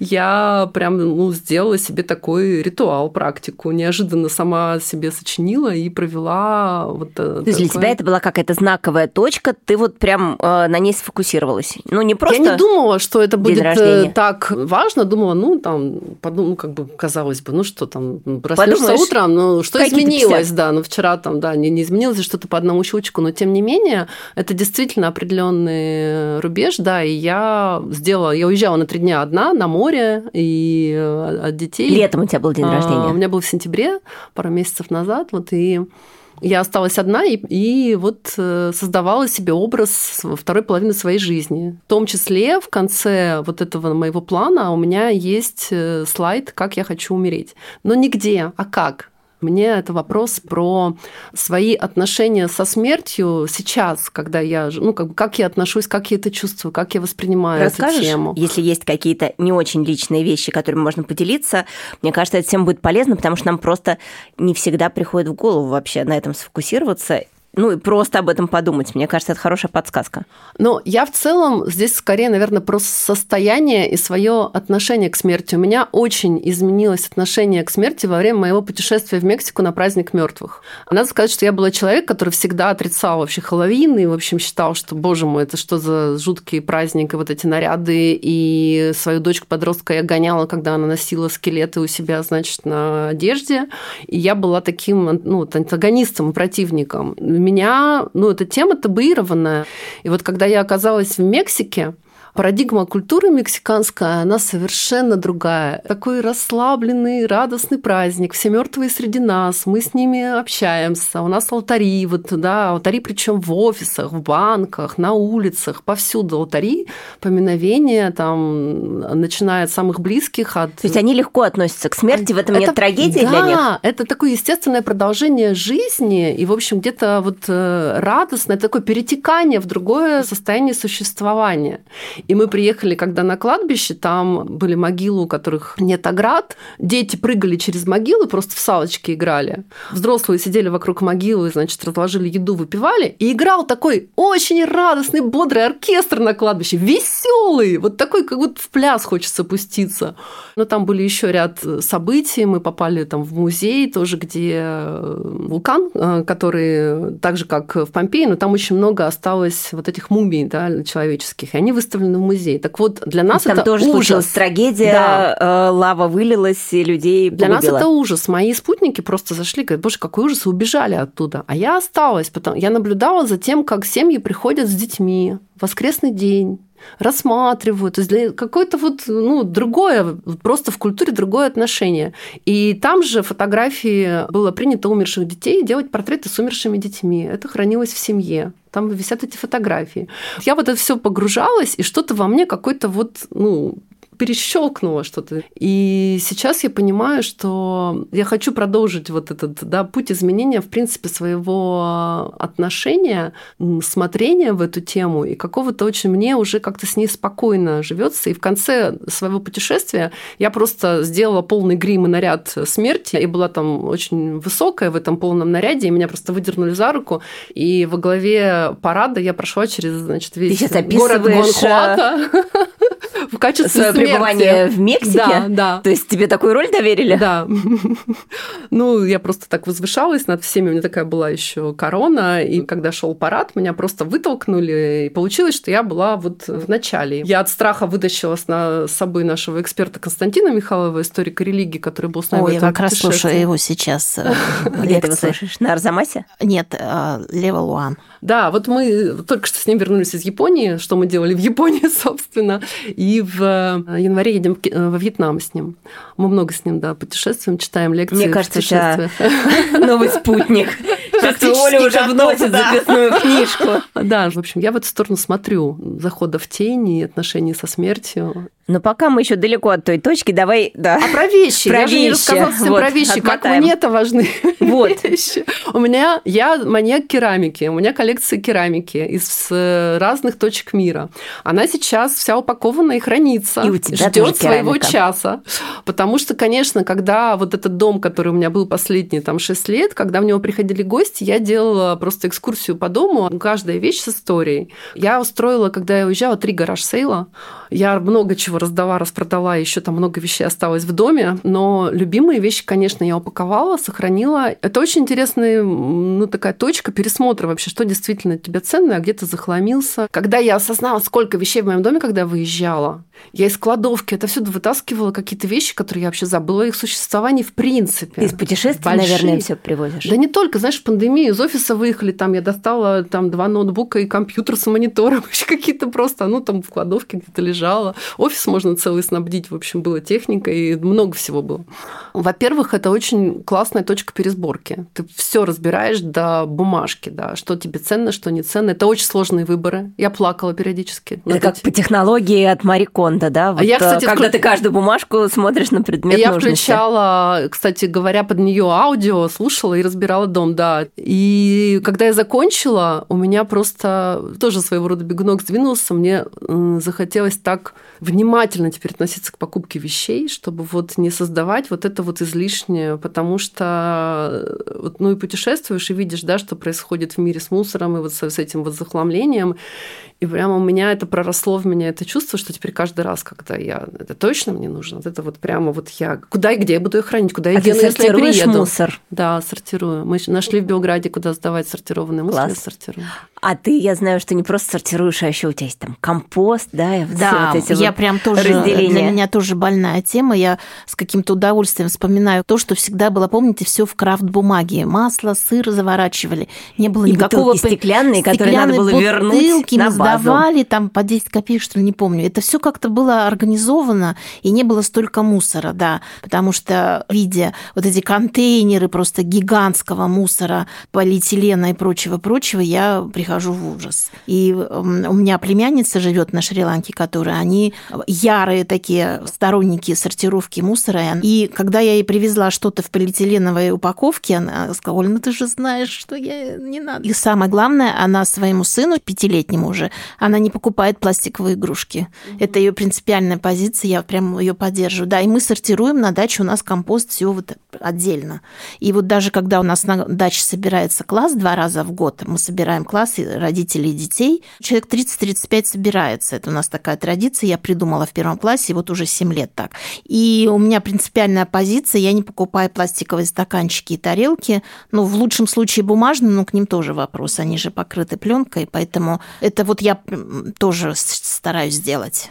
Я прям ну, сделала себе такой ритуал, практику. Неожиданно сама себе сочинила и провела вот То есть для тебя это была какая-то знаковая точка, ты вот прям э, на ней сфокусировалась? Ну, не просто Я не думала, что это будет рождения. Так важно. Думала, ну, там, подум... ну, как бы, казалось бы, ну, что там, проснешься утром, ну, что изменилось? Изменилось, да, но вчера там, да, не, не изменилось что-то по одному щелчку, но тем не менее, это действительно определенный рубеж, да, и я сделала, я уезжала на три дня одна на море и от детей. Летом у тебя был день рождения? А, у меня был в сентябре, пару месяцев назад, вот, и я осталась одна и, и вот создавала себе образ второй половины своей жизни. В том числе в конце вот этого моего плана у меня есть слайд, как я хочу умереть. Но не где, а как. Мне это вопрос про свои отношения со смертью сейчас, когда я, ну, как, как я отношусь, как я это чувствую, как я воспринимаю Расскажешь, эту тему. Если есть какие-то не очень личные вещи, которыми можно поделиться, мне кажется, это всем будет полезно, потому что нам просто не всегда приходит в голову вообще на этом сфокусироваться. Ну, и просто об этом подумать. Мне кажется, это хорошая подсказка. Но я в целом здесь скорее, наверное, про состояние и свое отношение к смерти. У меня очень изменилось отношение к смерти во время моего путешествия в Мексику на праздник мертвых. Надо сказать, что я была человек, который всегда отрицал вообще Хэллоуин и, в общем, считал, что, боже мой, это что за жуткий праздник, и вот эти наряды, и свою дочку-подростка я гоняла, когда она носила скелеты у себя, значит, на одежде. И я была таким, ну, антагонистом, противником. Меня, ну, эта тема табуированная. И вот когда я оказалась в Мексике, парадигма культуры мексиканская, она совершенно другая. Такой расслабленный, радостный праздник. Все мертвые среди нас, мы с ними общаемся. У нас алтари, вот, да, алтари причем в офисах, в банках, на улицах, повсюду алтари, поминовения, там, начиная от самых близких. От... То есть они легко относятся к смерти, в этом это, нет трагедии да, для них? Да, это такое естественное продолжение жизни, и, в общем, где-то вот радостное, такое перетекание в другое состояние существования. И мы приехали, когда на кладбище, там были могилы, у которых нет оград. Дети прыгали через могилы, просто в салочки играли. Взрослые сидели вокруг могилы, значит, разложили еду, выпивали. И играл такой очень радостный, бодрый оркестр на кладбище. Веселый, вот такой, как будто в пляс хочется пуститься. Но там были еще ряд событий. Мы попали там в музей тоже, где вулкан, который так же, как в Помпеи, но там очень много осталось вот этих мумий, да, человеческих, и они выставлены в музее. Так вот, для нас там это тоже ужас. Случилась трагедия, да. Лава вылилась, и людей Для погубила. нас это ужас. Мои спутники просто зашли, говорят, боже, какой ужас, и убежали оттуда. А я осталась, потому я наблюдала за тем, как семьи приходят с детьми в воскресный день, рассматривают, то есть для какое-то вот, ну, другое, просто в культуре другое отношение. И там же фотографии было принято умерших детей делать портреты с умершими детьми. Это хранилось в семье. Там висят эти фотографии. Я вот это все погружалась, и что-то во мне какой-то вот, ну, перещелкнуло что-то. И сейчас я понимаю, что я хочу продолжить вот этот, да, путь изменения, в принципе, своего отношения, смотрения в эту тему, и какого-то очень мне уже как-то с ней спокойно живется. И в конце своего путешествия я просто сделала полный грим и наряд смерти, и была там очень высокая в этом полном наряде, и меня просто выдернули за руку, и во главе парада я прошла через, значит, весь город Гуанахуато в качестве пребывания в Мексике? Да, да. То есть тебе такую роль доверили? Да. Ну, я просто так возвышалась над всеми. У меня такая была еще корона. И когда шел парад, меня просто вытолкнули. И получилось, что я была вот в начале. Я от страха вытащила с собой нашего эксперта Константина Михайлова, историка религии, который был с нами. Ой, я как раз слушаю его сейчас. Где ты его слышишь? На Арзамасе? Нет, Level One. Да, вот мы только что с ним вернулись из Японии, что мы делали в Японии, собственно, и в январе едем во Вьетнам с ним. Мы много с ним, да, путешествуем, читаем лекции. Мне кажется, это новый спутник. Сейчас Оля уже вносит записную книжку. Да, в общем, я в эту сторону смотрю. Захода в тень и отношений со смертью. Но пока мы еще далеко от той точки, давай... Да. А про вещи? Про я вещи. же не рассказала всем вот, про вещи. отмотаем. Как мне это важны вот. вещи. У меня... Я маньяк керамики. У меня коллекция керамики из разных точек мира. Она сейчас вся упакована и хранится. И у тебя ждет своего керамика. часа. Потому что, конечно, когда вот этот дом, который у меня был последние там шесть лет, когда в него приходили гости, я делала просто экскурсию по дому. Каждая вещь с историей. Я устроила, когда я уезжала, три гараж-сейла. Я много чего раздала, распродала, еще там много вещей осталось в доме, но любимые вещи, конечно, я упаковала, сохранила. Это очень интересная, ну, такая точка пересмотра вообще, что действительно тебе ценно, а где ты захламился. Когда я осознала, сколько вещей в моем доме, когда я выезжала, я из кладовки отовсюду вытаскивала какие-то вещи, которые я вообще забыла их существование в принципе. Из путешествий, большие. Наверное, все привозишь. Да не только, знаешь, в пандемию из офиса выехали, там я достала там два ноутбука и компьютер с монитором, вообще какие-то просто, ну, там в кладовке где-то лежало. Офис можно целый снабдить, в общем, была техника, и много всего было. Во-первых, это очень классная точка пересборки. Ты все разбираешь до бумажки, да, что тебе ценно, что не ценно. Это очень сложные выборы. Я плакала периодически. Это как эти... по технологии от Мари Кондо, да? Вот, а я, кстати, когда вклю... ты каждую бумажку смотришь на предмет я нужности. включала, кстати говоря, под нее аудио, слушала и разбирала дом, да. И когда я закончила, у меня просто тоже своего рода бегунок сдвинулся. Мне захотелось так внимательно теперь относиться к покупке вещей, чтобы вот не создавать вот это вот излишнее, потому что вот, ну и путешествуешь и видишь, да, что происходит в мире с мусором и вот с этим вот захламлением. И прямо у меня это проросло в меня это чувство, что теперь каждый раз, когда я... Это точно мне нужно? Вот это вот прямо вот я... Куда и где я буду ее хранить? Куда я а дену, ты если я приеду? Мусор? Да, сортирую. Мы нашли в Белграде, куда сдавать сортированный мусор, я сортирую. А ты, я знаю, что не просто сортируешь, а еще у тебя есть там компост, да? И да, вот эти я вот прям тоже... разделения. Для меня тоже больная тема. Я с каким-то удовольствием вспоминаю то, что всегда было, помните, все в крафт-бумаге. Масло, сыр заворачивали. Не было и никакого... бутылки стеклянные, которые надо было вернуть на базу. Мы сдавали там по десять копеек, что ли, не помню. Это все как-то было организовано, и не было столько мусора, да, потому что, видя вот эти контейнеры просто гигантского мусора, полиэтилена и прочего-прочего, я прихожу в ужас. И у меня племянница живет на Шри-Ланке, которые они ярые такие сторонники сортировки мусора. И когда я ей привезла что-то в полиэтиленовой упаковке, она сказала: Оль, ну ты же знаешь, что я не надо. И самое главное, она своему сыну, пятилетнему уже, она не покупает пластиковые игрушки. Mm-hmm. Это ее принципиальная позиция, я прям ее поддерживаю. Да, и мы сортируем на даче, у нас компост все вот отдельно. И вот даже когда у нас на даче собирается класс два раза в год, мы собираем класс родителей и детей, человек тридцать-тридцать пять собирается. Это у нас такая традиция, я придумала в первом классе, и вот уже семь лет так. И у меня принципиальная позиция, я не покупаю пластиковые стаканчики и тарелки, ну, в лучшем случае бумажные, но к ним тоже вопрос, они же покрыты пленкой, поэтому это вот я тоже стараюсь сделать.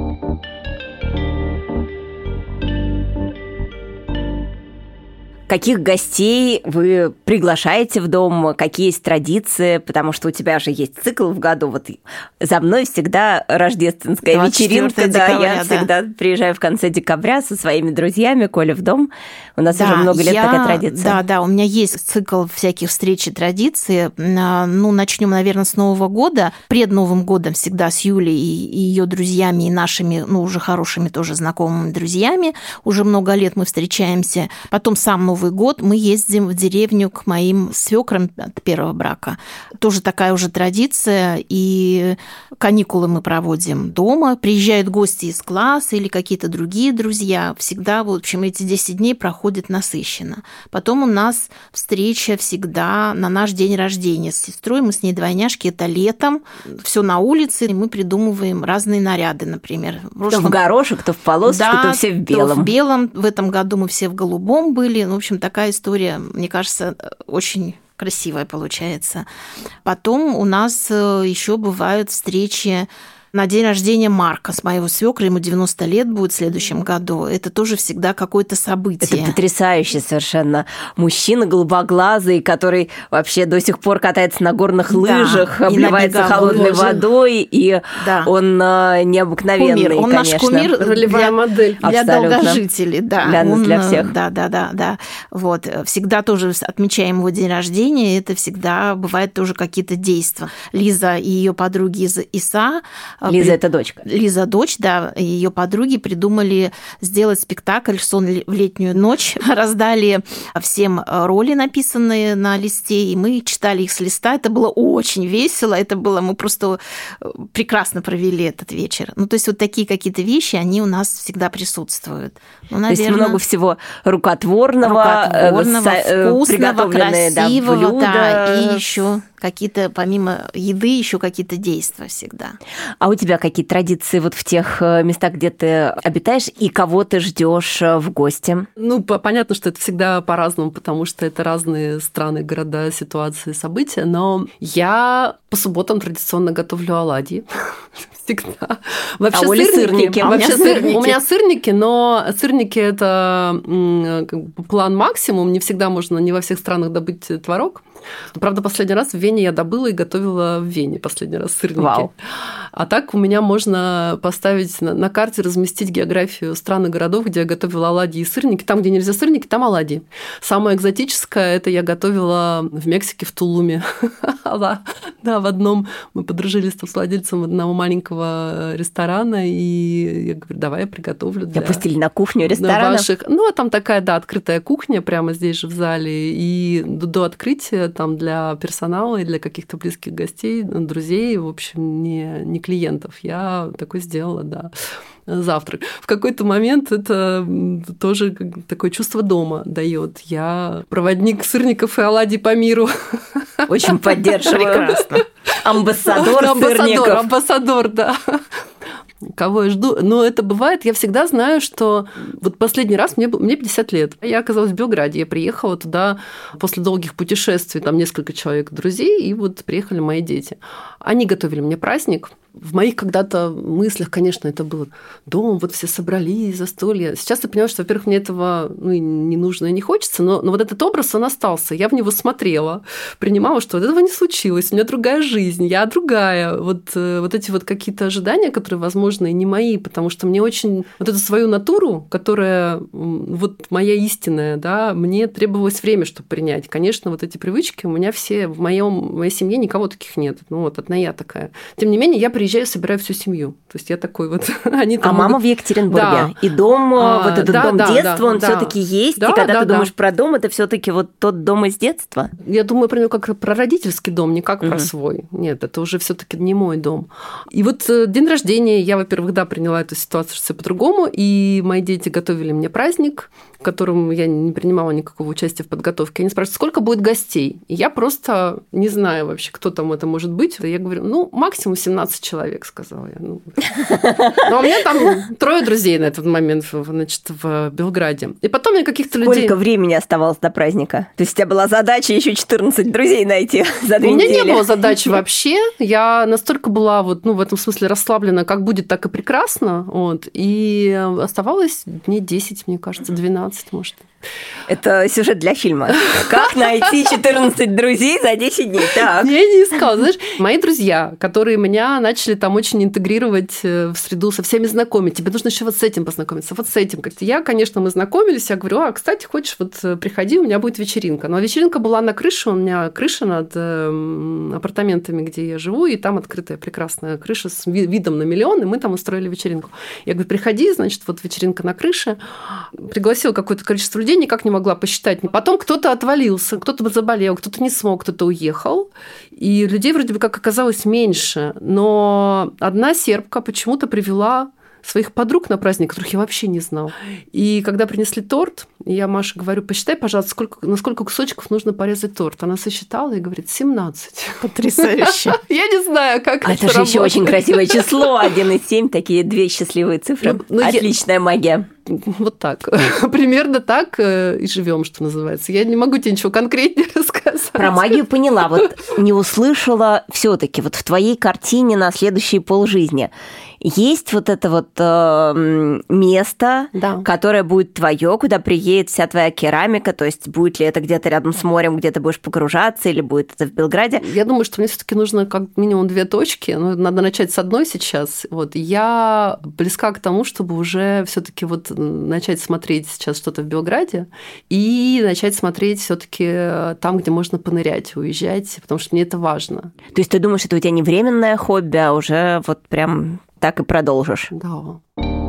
Каких гостей вы приглашаете в дом, какие есть традиции, потому что у тебя же есть цикл в году. Вот за мной всегда рождественская вечеринка, да, декабря, я да. всегда приезжаю в конце декабря со своими друзьями, Коля в дом. У нас да, уже много лет я, такая традиция. Да, да, у меня есть цикл всяких встреч и традиций. Ну, начнем, наверное, с Нового года. Пред Новым годом всегда с Юлей и ее друзьями, и нашими, ну, уже хорошими тоже знакомыми друзьями. Уже много лет мы встречаемся. Потом сам Новый Новый год мы ездим в деревню к моим свекрам от первого брака. Тоже такая уже традиция, и каникулы мы проводим дома. Приезжают гости из класса или какие-то другие друзья. Всегда, в общем, эти десять дней проходят насыщенно. Потом у нас встреча всегда на наш день рождения с сестрой. Мы с ней двойняшки, это летом. Все на улице, и мы придумываем разные наряды, например. В прошлом... То в горошек, то в полосочку, да, то все в белом. То в белом. В этом году мы все в голубом были. В общем, такая история, мне кажется, очень красивая получается. Потом у нас еще бывают встречи на день рождения Марка, с моего свекра, ему девяносто лет будет в следующем году. Это тоже всегда какое-то событие. Это потрясающий совершенно мужчина, голубоглазый, который вообще до сих пор катается на горных да, лыжах, обливается холодной лыжи. водой, и да. он необыкновенный, кумир. Он конечно. наш кумир, ролевая для, модель. Для Абсолютно. долгожителей. Да. Для нас, он, для всех. Да, да, да, да. Вот. Всегда тоже отмечаем его день рождения, это всегда бывает тоже какие-то действия. Лиза и ее подруги из ИСА. Лиза – это дочка. Лиза – дочь, да. Ее подруги придумали сделать спектакль «Сон в летнюю ночь». Раздали всем роли, написанные на листе, и мы читали их с листа. Это было очень весело. Это было... Мы просто прекрасно провели этот вечер. Ну, то есть вот такие какие-то вещи, они у нас всегда присутствуют. Ну, наверное, то есть много всего рукотворного, рукотворного э, вкусного, красивого, да, да, и еще какие-то, помимо еды, еще какие-то действия всегда. А у тебя какие традиции вот в тех местах, где ты обитаешь, и кого ты ждешь в гости? Ну, понятно, что это всегда по-разному, потому что это разные страны, города, ситуации, события, но я по субботам традиционно готовлю оладьи. Всегда. Вообще а сырники. сырники. А Вообще у, меня сырники. у меня сырники, но сырники – это план максимум. Не всегда можно, не во всех странах добыть творог. Правда, последний раз в Вене я добыла и готовила в Вене последний раз сырники. Вау. А так у меня можно поставить на, на карте, разместить географию стран и городов, где я готовила оладьи и сырники. Там, где нельзя сырники, там оладьи. Самое экзотическое – это я готовила в Мексике, в Тулуме. Да, в одном мы подружились с владельцем одного маленького ресторана, и я говорю, давай я приготовлю. Я пустили на кухню ресторана. Ну, а там такая, да, открытая кухня прямо здесь же в зале, и до открытия там для персонала и для каких-то близких гостей, друзей, в общем, не, не клиентов. Я такой сделала, да, завтрак. В какой-то момент это тоже такое чувство дома дает. Я проводник сырников и оладий по миру. Очень поддерживаю. Прекрасно. Амбассадор сырников. Амбассадор, да. Кого я жду? Но это бывает, я всегда знаю, что вот последний раз мне, мне пятьдесят лет. Я оказалась в Белграде, я приехала туда после долгих путешествий, там несколько человек друзей, и вот приехали мои дети. Они готовили мне праздник. В моих когда-то мыслях, конечно, это было дом, вот все собрались, застолье. Сейчас я понимаю, что, во-первых, мне этого ну, не нужно и не хочется, но, но вот этот образ, он остался. Я в него смотрела, принимала, что вот этого не случилось, у меня другая жизнь, я другая. Вот, вот эти вот какие-то ожидания, которые, возможно, и не мои, потому что мне очень... Вот эту свою натуру, которая вот моя истинная, да, мне требовалось время, чтобы принять. Конечно, вот эти привычки у меня все, в, моем, в моей семье никого таких нет. Ну вот, одна я такая. Тем не менее, я приезжаю, собираю всю семью. То есть я такой вот... Они там а могут... мама в Екатеринбурге. Да. И дом, а, вот этот да, дом да, детства, да, он да. все-таки есть. Да, и когда да, ты да. думаешь про дом, это все-таки вот тот дом из детства. Я думаю про него как про родительский дом, не как угу. про свой. Нет, это уже все-таки не мой дом. И вот день рождения, я, во-первых, да, приняла эту ситуацию все по-другому, и мои дети готовили мне праздник, в котором я не принимала никакого участия в подготовке. Они спрашивают, сколько будет гостей? И я просто не знаю вообще, кто там это может быть. Я говорю, ну, максимум семнадцать человек, сказала я. Ну, но у меня там трое друзей на этот момент, значит, в Белграде. И потом я каких-то людей... Сколько времени оставалось до праздника? То есть у тебя была задача еще четырнадцать друзей найти за две недели? У меня недели. не было задачи вообще. Я настолько была вот, ну, в этом смысле расслаблена, как будет, так и прекрасно. Вот. И оставалось дней десять, мне кажется, двенадцать, может. Это сюжет для фильма. Как найти четырнадцать друзей за десять дней? Так. Я не искала. Знаешь, мои друзья, которые меня начали там очень интегрировать в среду, со всеми знакомить. Тебе нужно еще вот с этим познакомиться, вот с этим. Как-то я, конечно, мы знакомились, я говорю, а, кстати, хочешь, вот приходи, у меня будет вечеринка. Но вечеринка была на крыше, у меня крыша над апартаментами, где я живу, и там открытая прекрасная крыша с видом на миллион, и мы там устроили вечеринку. Я говорю, приходи, значит, вот вечеринка на крыше. Пригласила какое-то количество людей, никак не могла посчитать. Потом кто-то отвалился, кто-то заболел, кто-то не смог, кто-то уехал. И людей вроде бы как оказалось меньше. Но одна сербка почему-то привела своих подруг на праздник, которых я вообще не знала. И когда принесли торт, я Маше говорю, посчитай, пожалуйста, сколько, на сколько кусочков нужно порезать торт. Она сосчитала и говорит, семнадцать. Потрясающе. Я не знаю, как это Это же еще очень красивое число. один и семь, такие две счастливые цифры. Отличная магия. Вот так. Примерно так и живем, что называется. Я не могу тебе ничего конкретнее рассказать. Про магию поняла. Вот не услышала все-таки вот в твоей картине на следующие полжизни. Есть вот это вот э, место, да. которое будет твое, куда приедет вся твоя керамика, то есть будет ли это где-то рядом с морем, где ты будешь погружаться, или будет это в Белграде? Я думаю, что мне все-таки нужно как минимум две точки. Ну, надо начать с одной сейчас. Вот. Я близка к тому, чтобы уже все-таки вот начать смотреть сейчас что-то в Белграде и начать смотреть все-таки там, где можно понырять, уезжать, потому что мне это важно. То есть ты думаешь, это у тебя не временное хобби, а уже вот прям так и продолжишь? Да.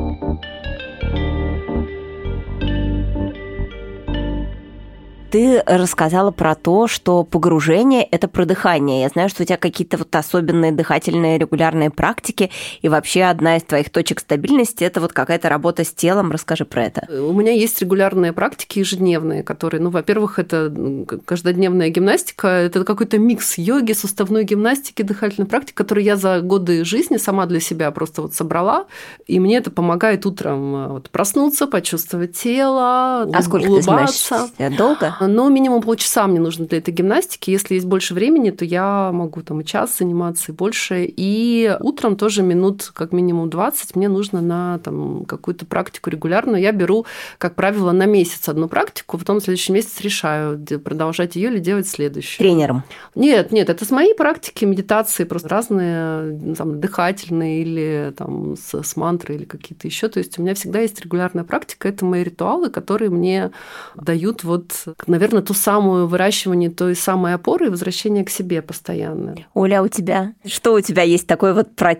Ты рассказала про то, что погружение – это про дыхание. Я знаю, что у тебя какие-то вот особенные дыхательные регулярные практики, и вообще одна из твоих точек стабильности – это вот какая-то работа с телом. Расскажи про это. У меня есть регулярные практики ежедневные, которые, ну, во-первых, это каждодневная гимнастика, это какой-то микс йоги, суставной гимнастики, дыхательной практики, которую я за годы жизни сама для себя просто вот собрала, и мне это помогает утром вот проснуться, почувствовать тело, а сколько улыбаться. Ты занимаешься? Долго? Ну, минимум полчаса мне нужно для этой гимнастики. Если есть больше времени, то я могу там и час заниматься, и больше. И утром тоже минут как минимум двадцать мне нужно на там, какую-то практику регулярную. Я беру, как правило, на месяц одну практику, потом в следующий месяц решаю, продолжать ее или делать следующую. Тренером? Нет, нет, это с моей практики, медитации, просто разные, там, дыхательные или там, с, с мантрой или какие-то еще. То есть у меня всегда есть регулярная практика. Это мои ритуалы, которые мне дают вот... наверное, ту самую выращивание той самой опоры и возвращение к себе постоянно. Оля, у тебя? Что у тебя есть такое вот про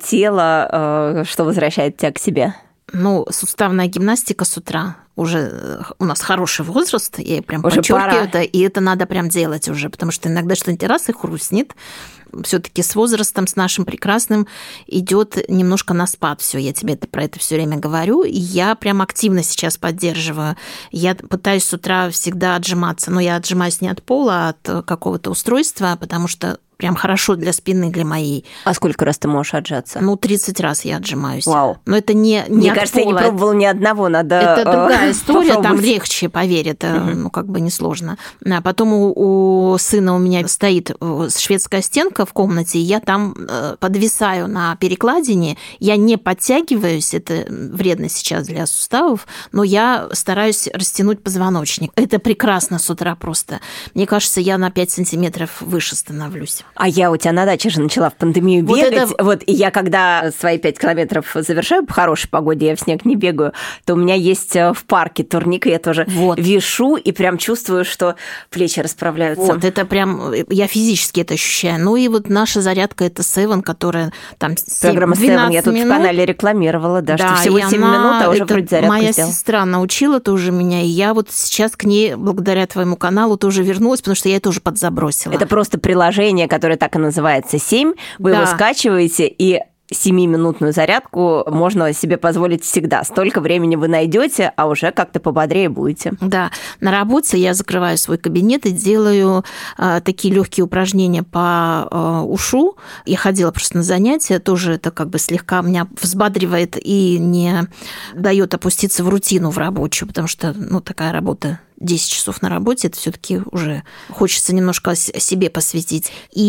тело, что возвращает тебя к себе? Ну, суставная гимнастика с утра. Уже у нас хороший возраст, я прям уже подчеркиваю пора. это, и это надо прям делать уже, потому что иногда что-нибудь раз и хрустнет. Все-таки с возрастом, с нашим прекрасным, идет немножко на спад все. Я тебе это, про это все время говорю, и я прям активно сейчас поддерживаю. Я пытаюсь с утра всегда отжиматься, но я отжимаюсь не от пола, а от какого-то устройства, потому что прям хорошо для спины, для моей. А сколько раз ты можешь отжаться? Ну, тридцать раз я отжимаюсь. Вау. Но это не, не Мне от кажется, пола. я не пробовала ни одного, надо Это другая история, там легче, поверь, это uh-huh. ну, как бы несложно. А потом у, у сына у меня стоит шведская стенка в комнате, и я там подвисаю на перекладине, я не подтягиваюсь, это вредно сейчас для суставов, но я стараюсь растянуть позвоночник. Это прекрасно с утра просто. Мне кажется, я на пять сантиметров выше становлюсь. А я у тебя на даче же начала в пандемию Вот бегать. это- Вот, и я когда свои пять километров завершаю по хорошей погоде, я в снег не бегаю, то у меня есть в парке турник, и я тоже Вот. вишу и прям чувствую, что плечи расправляются. Вот, это прям, я физически это ощущаю. Ну и вот наша зарядка, это Seven, которая там Программа Seven я тут минут. в канале рекламировала, да, что всего и семь она- минут, а уже это вроде зарядку моя сделала. сестра научила тоже меня, и я вот сейчас к ней, благодаря твоему каналу, тоже вернулась, потому что я ей тоже подзабросила. Это просто приложение, которое так и называется семь. Вы Да. его скачиваете, и семиминутную зарядку можно себе позволить всегда. Столько времени вы найдете, а уже как-то пободрее будете. Да, на работе я закрываю свой кабинет и делаю э, такие легкие упражнения по э, ушу. Я ходила просто на занятия, тоже это как бы слегка меня взбадривает и не дает опуститься в рутину в рабочую, потому что, ну, такая работа десять часов на работе, это все-таки уже хочется немножко себе посвятить. И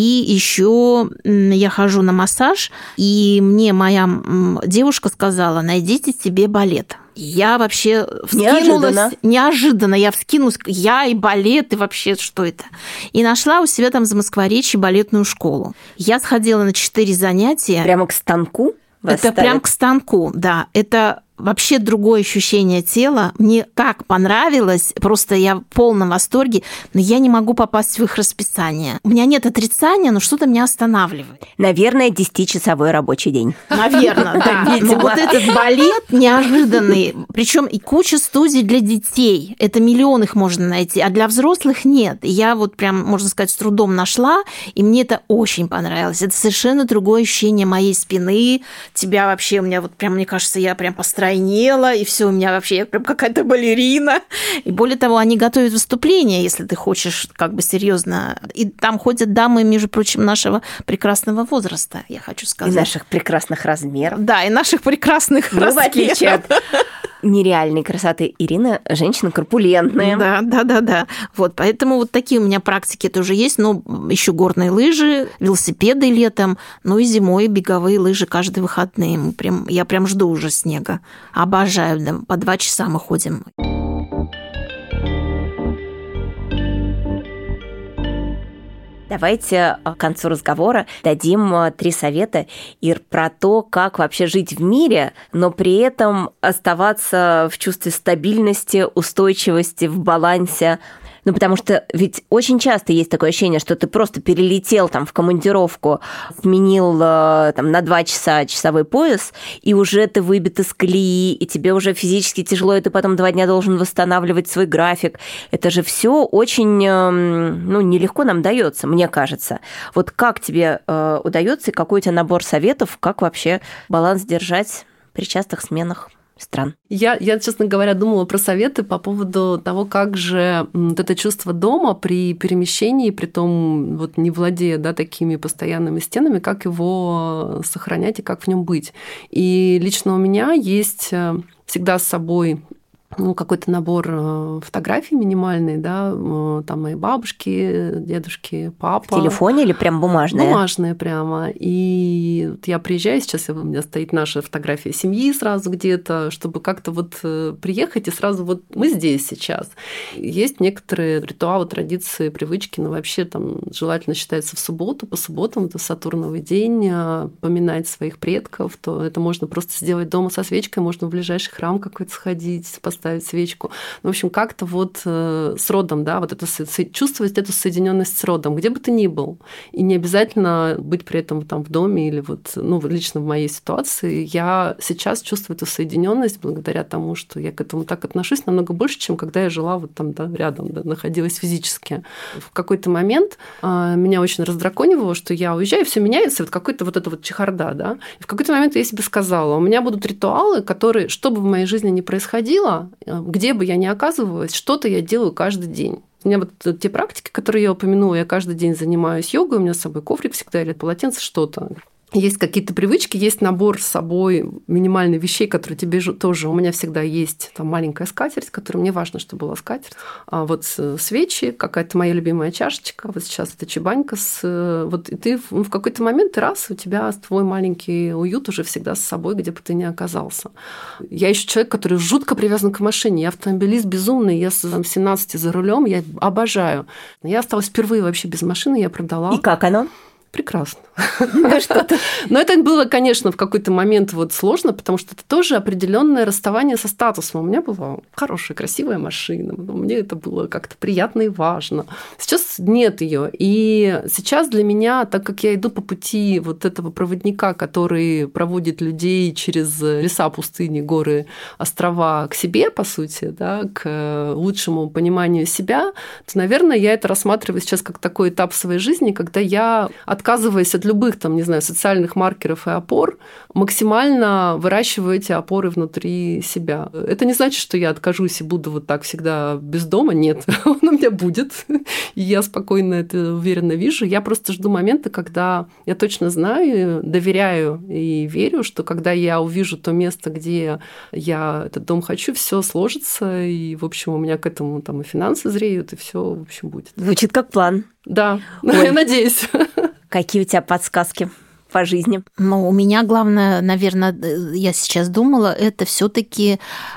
еще я хожу на массаж, и мне моя девушка сказала: найдите себе балет. Я вообще вскинулась. Неожиданно. Неожиданно я вскинулась. Я и балет, и вообще что это? И нашла у себя там в Замоскворечье балетную школу. Я сходила на четыре занятия. Прямо к станку вас Это ставят? прям к станку, да. Это вообще другое ощущение тела. Мне так понравилось, просто я в полном восторге, но я не могу попасть в их расписание. У меня нет отрицания, но что-то меня останавливает. Наверное, десятичасовой рабочий день. Наверное, да. Но Видимо. вот этот балет неожиданный, причем и куча студий для детей. Это миллион их можно найти, а для взрослых нет. И я вот прям, можно сказать, с трудом нашла, и мне это очень понравилось. Это совершенно другое ощущение моей спины. Тебя вообще, у меня вот прям, мне кажется, я прям постройнела, и все у меня вообще, я прям какая-то балерина. И более того, они готовят выступления, если ты хочешь как бы серьезно. И там ходят дамы, между прочим, нашего прекрасного возраста, я хочу И сказать. наших прекрасных размеров. Да, и наших прекрасных Ну, в отличие размеров. от нереальной красоты Ирина, женщина корпулентная. Да, да, да, да. Вот, поэтому вот такие у меня практики тоже есть. Но еще горные лыжи, велосипеды летом, ну и зимой беговые лыжи каждые выходные. Мы прям, я прям жду уже снега. Обожаю, да, по два часа мы ходим. Давайте к концу разговора дадим три совета, Ир, про то, как вообще жить в мире, но при этом оставаться в чувстве стабильности, устойчивости, в балансе. Ну, потому что ведь очень часто есть такое ощущение, что ты просто перелетел там в командировку, сменил там на два часа часовой пояс, и уже ты выбит из колеи, и тебе уже физически тяжело, и ты потом два дня должен восстанавливать свой график. Это же все очень, ну, нелегко нам дается, мне кажется. Вот как тебе э, удается, и какой у тебя набор советов, как вообще баланс держать при частых сменах стран? Я, я, честно говоря, думала про советы по поводу того, как же вот это чувство дома при перемещении, при том вот не владея, да, такими постоянными стенами, как его сохранять и как в нем быть. И лично у меня есть всегда с собой ну, какой-то набор фотографий минимальный, да, там мои бабушки, дедушки, папа. В телефоне или прям бумажные? Бумажные прямо. И вот я приезжаю, сейчас у меня стоит наша фотография семьи сразу где-то, чтобы как-то вот приехать и сразу вот мы здесь сейчас. Есть некоторые ритуалы, традиции, привычки, но вообще там желательно считается в субботу, по субботам, это Сатурновый день, поминать своих предков, то это можно просто сделать дома со свечкой, можно в ближайший храм какой-то сходить, поставить свечку. В общем, как-то вот э, с родом, да, вот это чувствовать эту соединенность с родом, где бы ты ни был. И не обязательно быть при этом там в доме или вот, ну, лично в моей ситуации. Я сейчас чувствую эту соединенность благодаря тому, что я к этому так отношусь намного больше, чем когда я жила вот там, да, рядом, да, находилась физически. В какой-то момент э, меня очень раздраконивало, что я уезжаю, все меняется, вот какой-то вот эта вот чехарда, да. И в какой-то момент я себе сказала, у меня будут ритуалы, которые, что бы в моей жизни ни происходило, где бы я ни оказывалась, что-то я делаю каждый день. У меня вот те практики, которые я упомянула, я каждый день занимаюсь йогой, у меня с собой коврик всегда или полотенце, что-то. Есть какие-то привычки, есть набор с собой минимальных вещей, которые тебе тоже... У меня всегда есть там маленькая скатерть, которая мне важно, чтобы была скатерть. А вот свечи, какая-то моя любимая чашечка. Вот сейчас это чебанька. С... Вот и ты в какой-то момент раз у тебя твой маленький уют уже всегда с собой, где бы ты ни оказался. Я еще человек, который жутко привязан к машине. Я автомобилист безумный. Я с семнадцати за рулем. Я обожаю. Я осталась впервые вообще без машины. Я продала. И как оно? Прекрасно. Но это было, конечно, в какой-то момент вот сложно, потому что это тоже определенное расставание со статусом. У меня была хорошая, красивая машина, мне это было как-то приятно и важно. Сейчас нет ее. И сейчас для меня, так как я иду по пути вот этого проводника, который проводит людей через леса, пустыни, горы, острова к себе, по сути, да, к лучшему пониманию себя, то, наверное, я это рассматриваю сейчас как такой этап своей жизни, когда я, отказываясь от любых, там, не знаю, социальных маркеров и опор, максимально выращиваю эти опоры внутри себя. Это не значит, что я откажусь и буду вот так всегда без дома. Нет, он у меня будет. И я спокойно это уверенно вижу. Я просто жду момента, когда я точно знаю, доверяю и верю, что когда я увижу то место, где я этот дом хочу, все сложится. И, в общем, у меня к этому там и финансы зреют, и все, в общем, будет. Звучит как план. Да, я надеюсь. Какие у тебя подсказки по жизни? Ну, у меня главное, наверное, я сейчас думала, это все-таки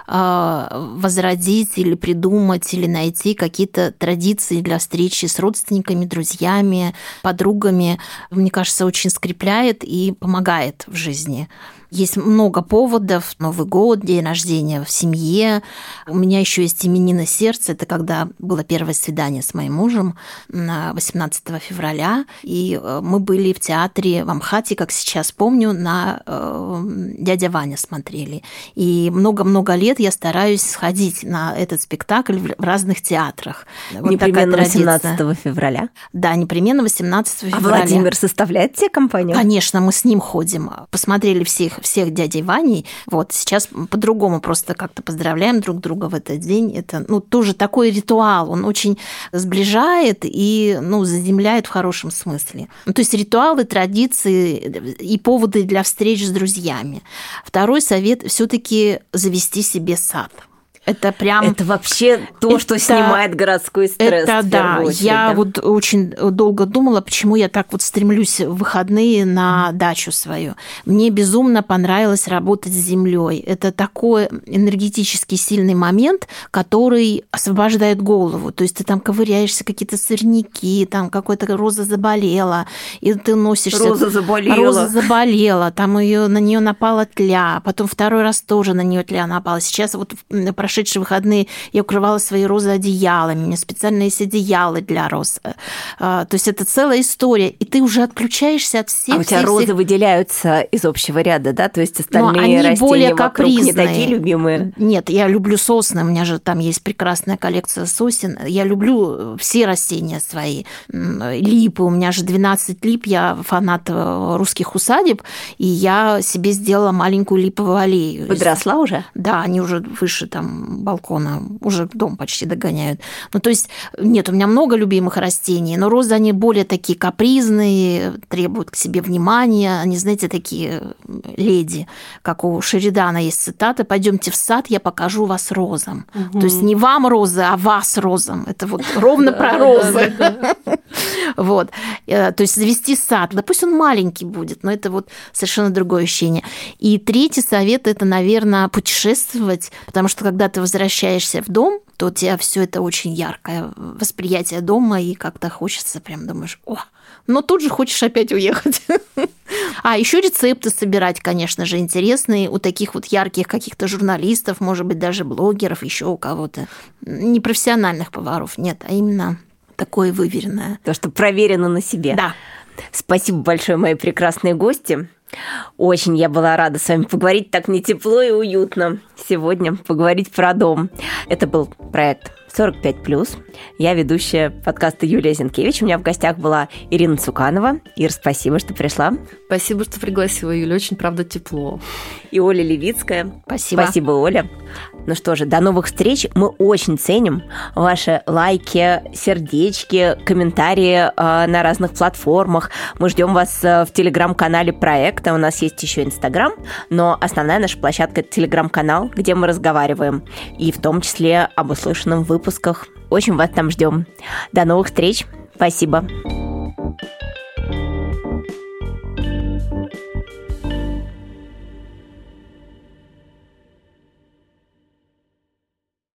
э, возродить или придумать, или найти какие-то традиции для встречи с родственниками, друзьями, подругами. Мне кажется, очень скрепляет и помогает в жизни. Есть много поводов. Новый год, день рождения в семье. У меня еще есть именины сердца. Это когда было первое свидание с моим мужем на восемнадцатого февраля. И мы были в театре в Амхате, как сейчас помню, на э, «Дядя Ваня» смотрели. И много-много лет я стараюсь сходить на этот спектакль в разных театрах. Вот непременно восемнадцатого февраля? Да, непременно восемнадцатого февраля. А Владимир составляет тебе компанию? Конечно, мы с ним ходим. Посмотрели всех всех дядей Ваней. Вот сейчас по-другому просто как-то поздравляем друг друга в этот день. Это, ну, тоже такой ритуал. Он очень сближает и, ну, заземляет в хорошем смысле. Ну, то есть ритуалы, традиции и поводы для встреч с друзьями. Второй совет – все-таки завести себе сад. Это прям... Это вообще то, это, что снимает городской стресс. Это да. Очередь, я да? вот очень долго думала, почему я так вот стремлюсь в выходные на дачу свою. Мне безумно понравилось работать с землей. Это такой энергетически сильный момент, который освобождает голову. То есть ты там ковыряешься, какие-то сорняки, там какая-то роза заболела, и ты носишься... Роза заболела. Роза заболела, там ее, на нее напала тля, потом второй раз тоже на нее тля напала. Сейчас вот прошло прошедшие выходные я укрывала свои розы одеялами, у меня специально есть одеяло для роз. То есть это целая история, и ты уже отключаешься от всех. А у тебя всех, розы всех... выделяются из общего ряда, да? То есть остальные они растения более вокруг капризные. Не такие любимые? Нет, я люблю сосны, у меня же там есть прекрасная коллекция сосен. Я люблю все растения свои. Липы, у меня же двенадцать лип, я фанат русских усадеб, и я себе сделала маленькую липовую аллею. Подросла уже? Да, они уже выше там балкона, уже дом почти догоняют. Ну, то есть, нет, у меня много любимых растений, но розы, они более такие капризные, требуют к себе внимания. Они, знаете, такие леди, как у Шеридана есть цитата: «Пойдемте в сад, я покажу вас розам». Угу. То есть не вам розы, а вас розам. Это вот ровно про розы. Вот. То есть завести сад. Да пусть он маленький будет, но это вот совершенно другое ощущение. И третий совет – это, наверное, путешествовать, потому что когда ты возвращаешься в дом, то у тебя все это очень яркое восприятие дома, и как-то хочется, прям думаешь, о, но тут же хочешь опять уехать. А еще рецепты собирать, конечно же, интересные у таких вот ярких каких-то журналистов, может быть, даже блогеров, еще у кого-то. Не профессиональных поваров, нет, а именно такое выверенное. То, что проверено на себе. Да. Спасибо большое, мои прекрасные гости. Очень я была рада с вами поговорить так мне тепло и уютно сегодня, поговорить про дом. Это был проект сорок пять плюс. Я ведущая подкаста Юлия Зинкевич. У меня в гостях была Ирина Цуканова. Ир, спасибо, что пришла. Спасибо, что пригласила, Юля. Очень, правда, тепло. И Оля Левицкая. Спасибо. Спасибо, Оля. Ну что же, до новых встреч. Мы очень ценим ваши лайки, сердечки, комментарии э, на разных платформах. Мы ждем вас в телеграм-канале проекта. У нас есть еще Инстаграм, но основная наша площадка – это телеграм-канал, где мы разговариваем, и в том числе об услышанном в выпусках. Очень вас там ждем. До новых встреч. Спасибо.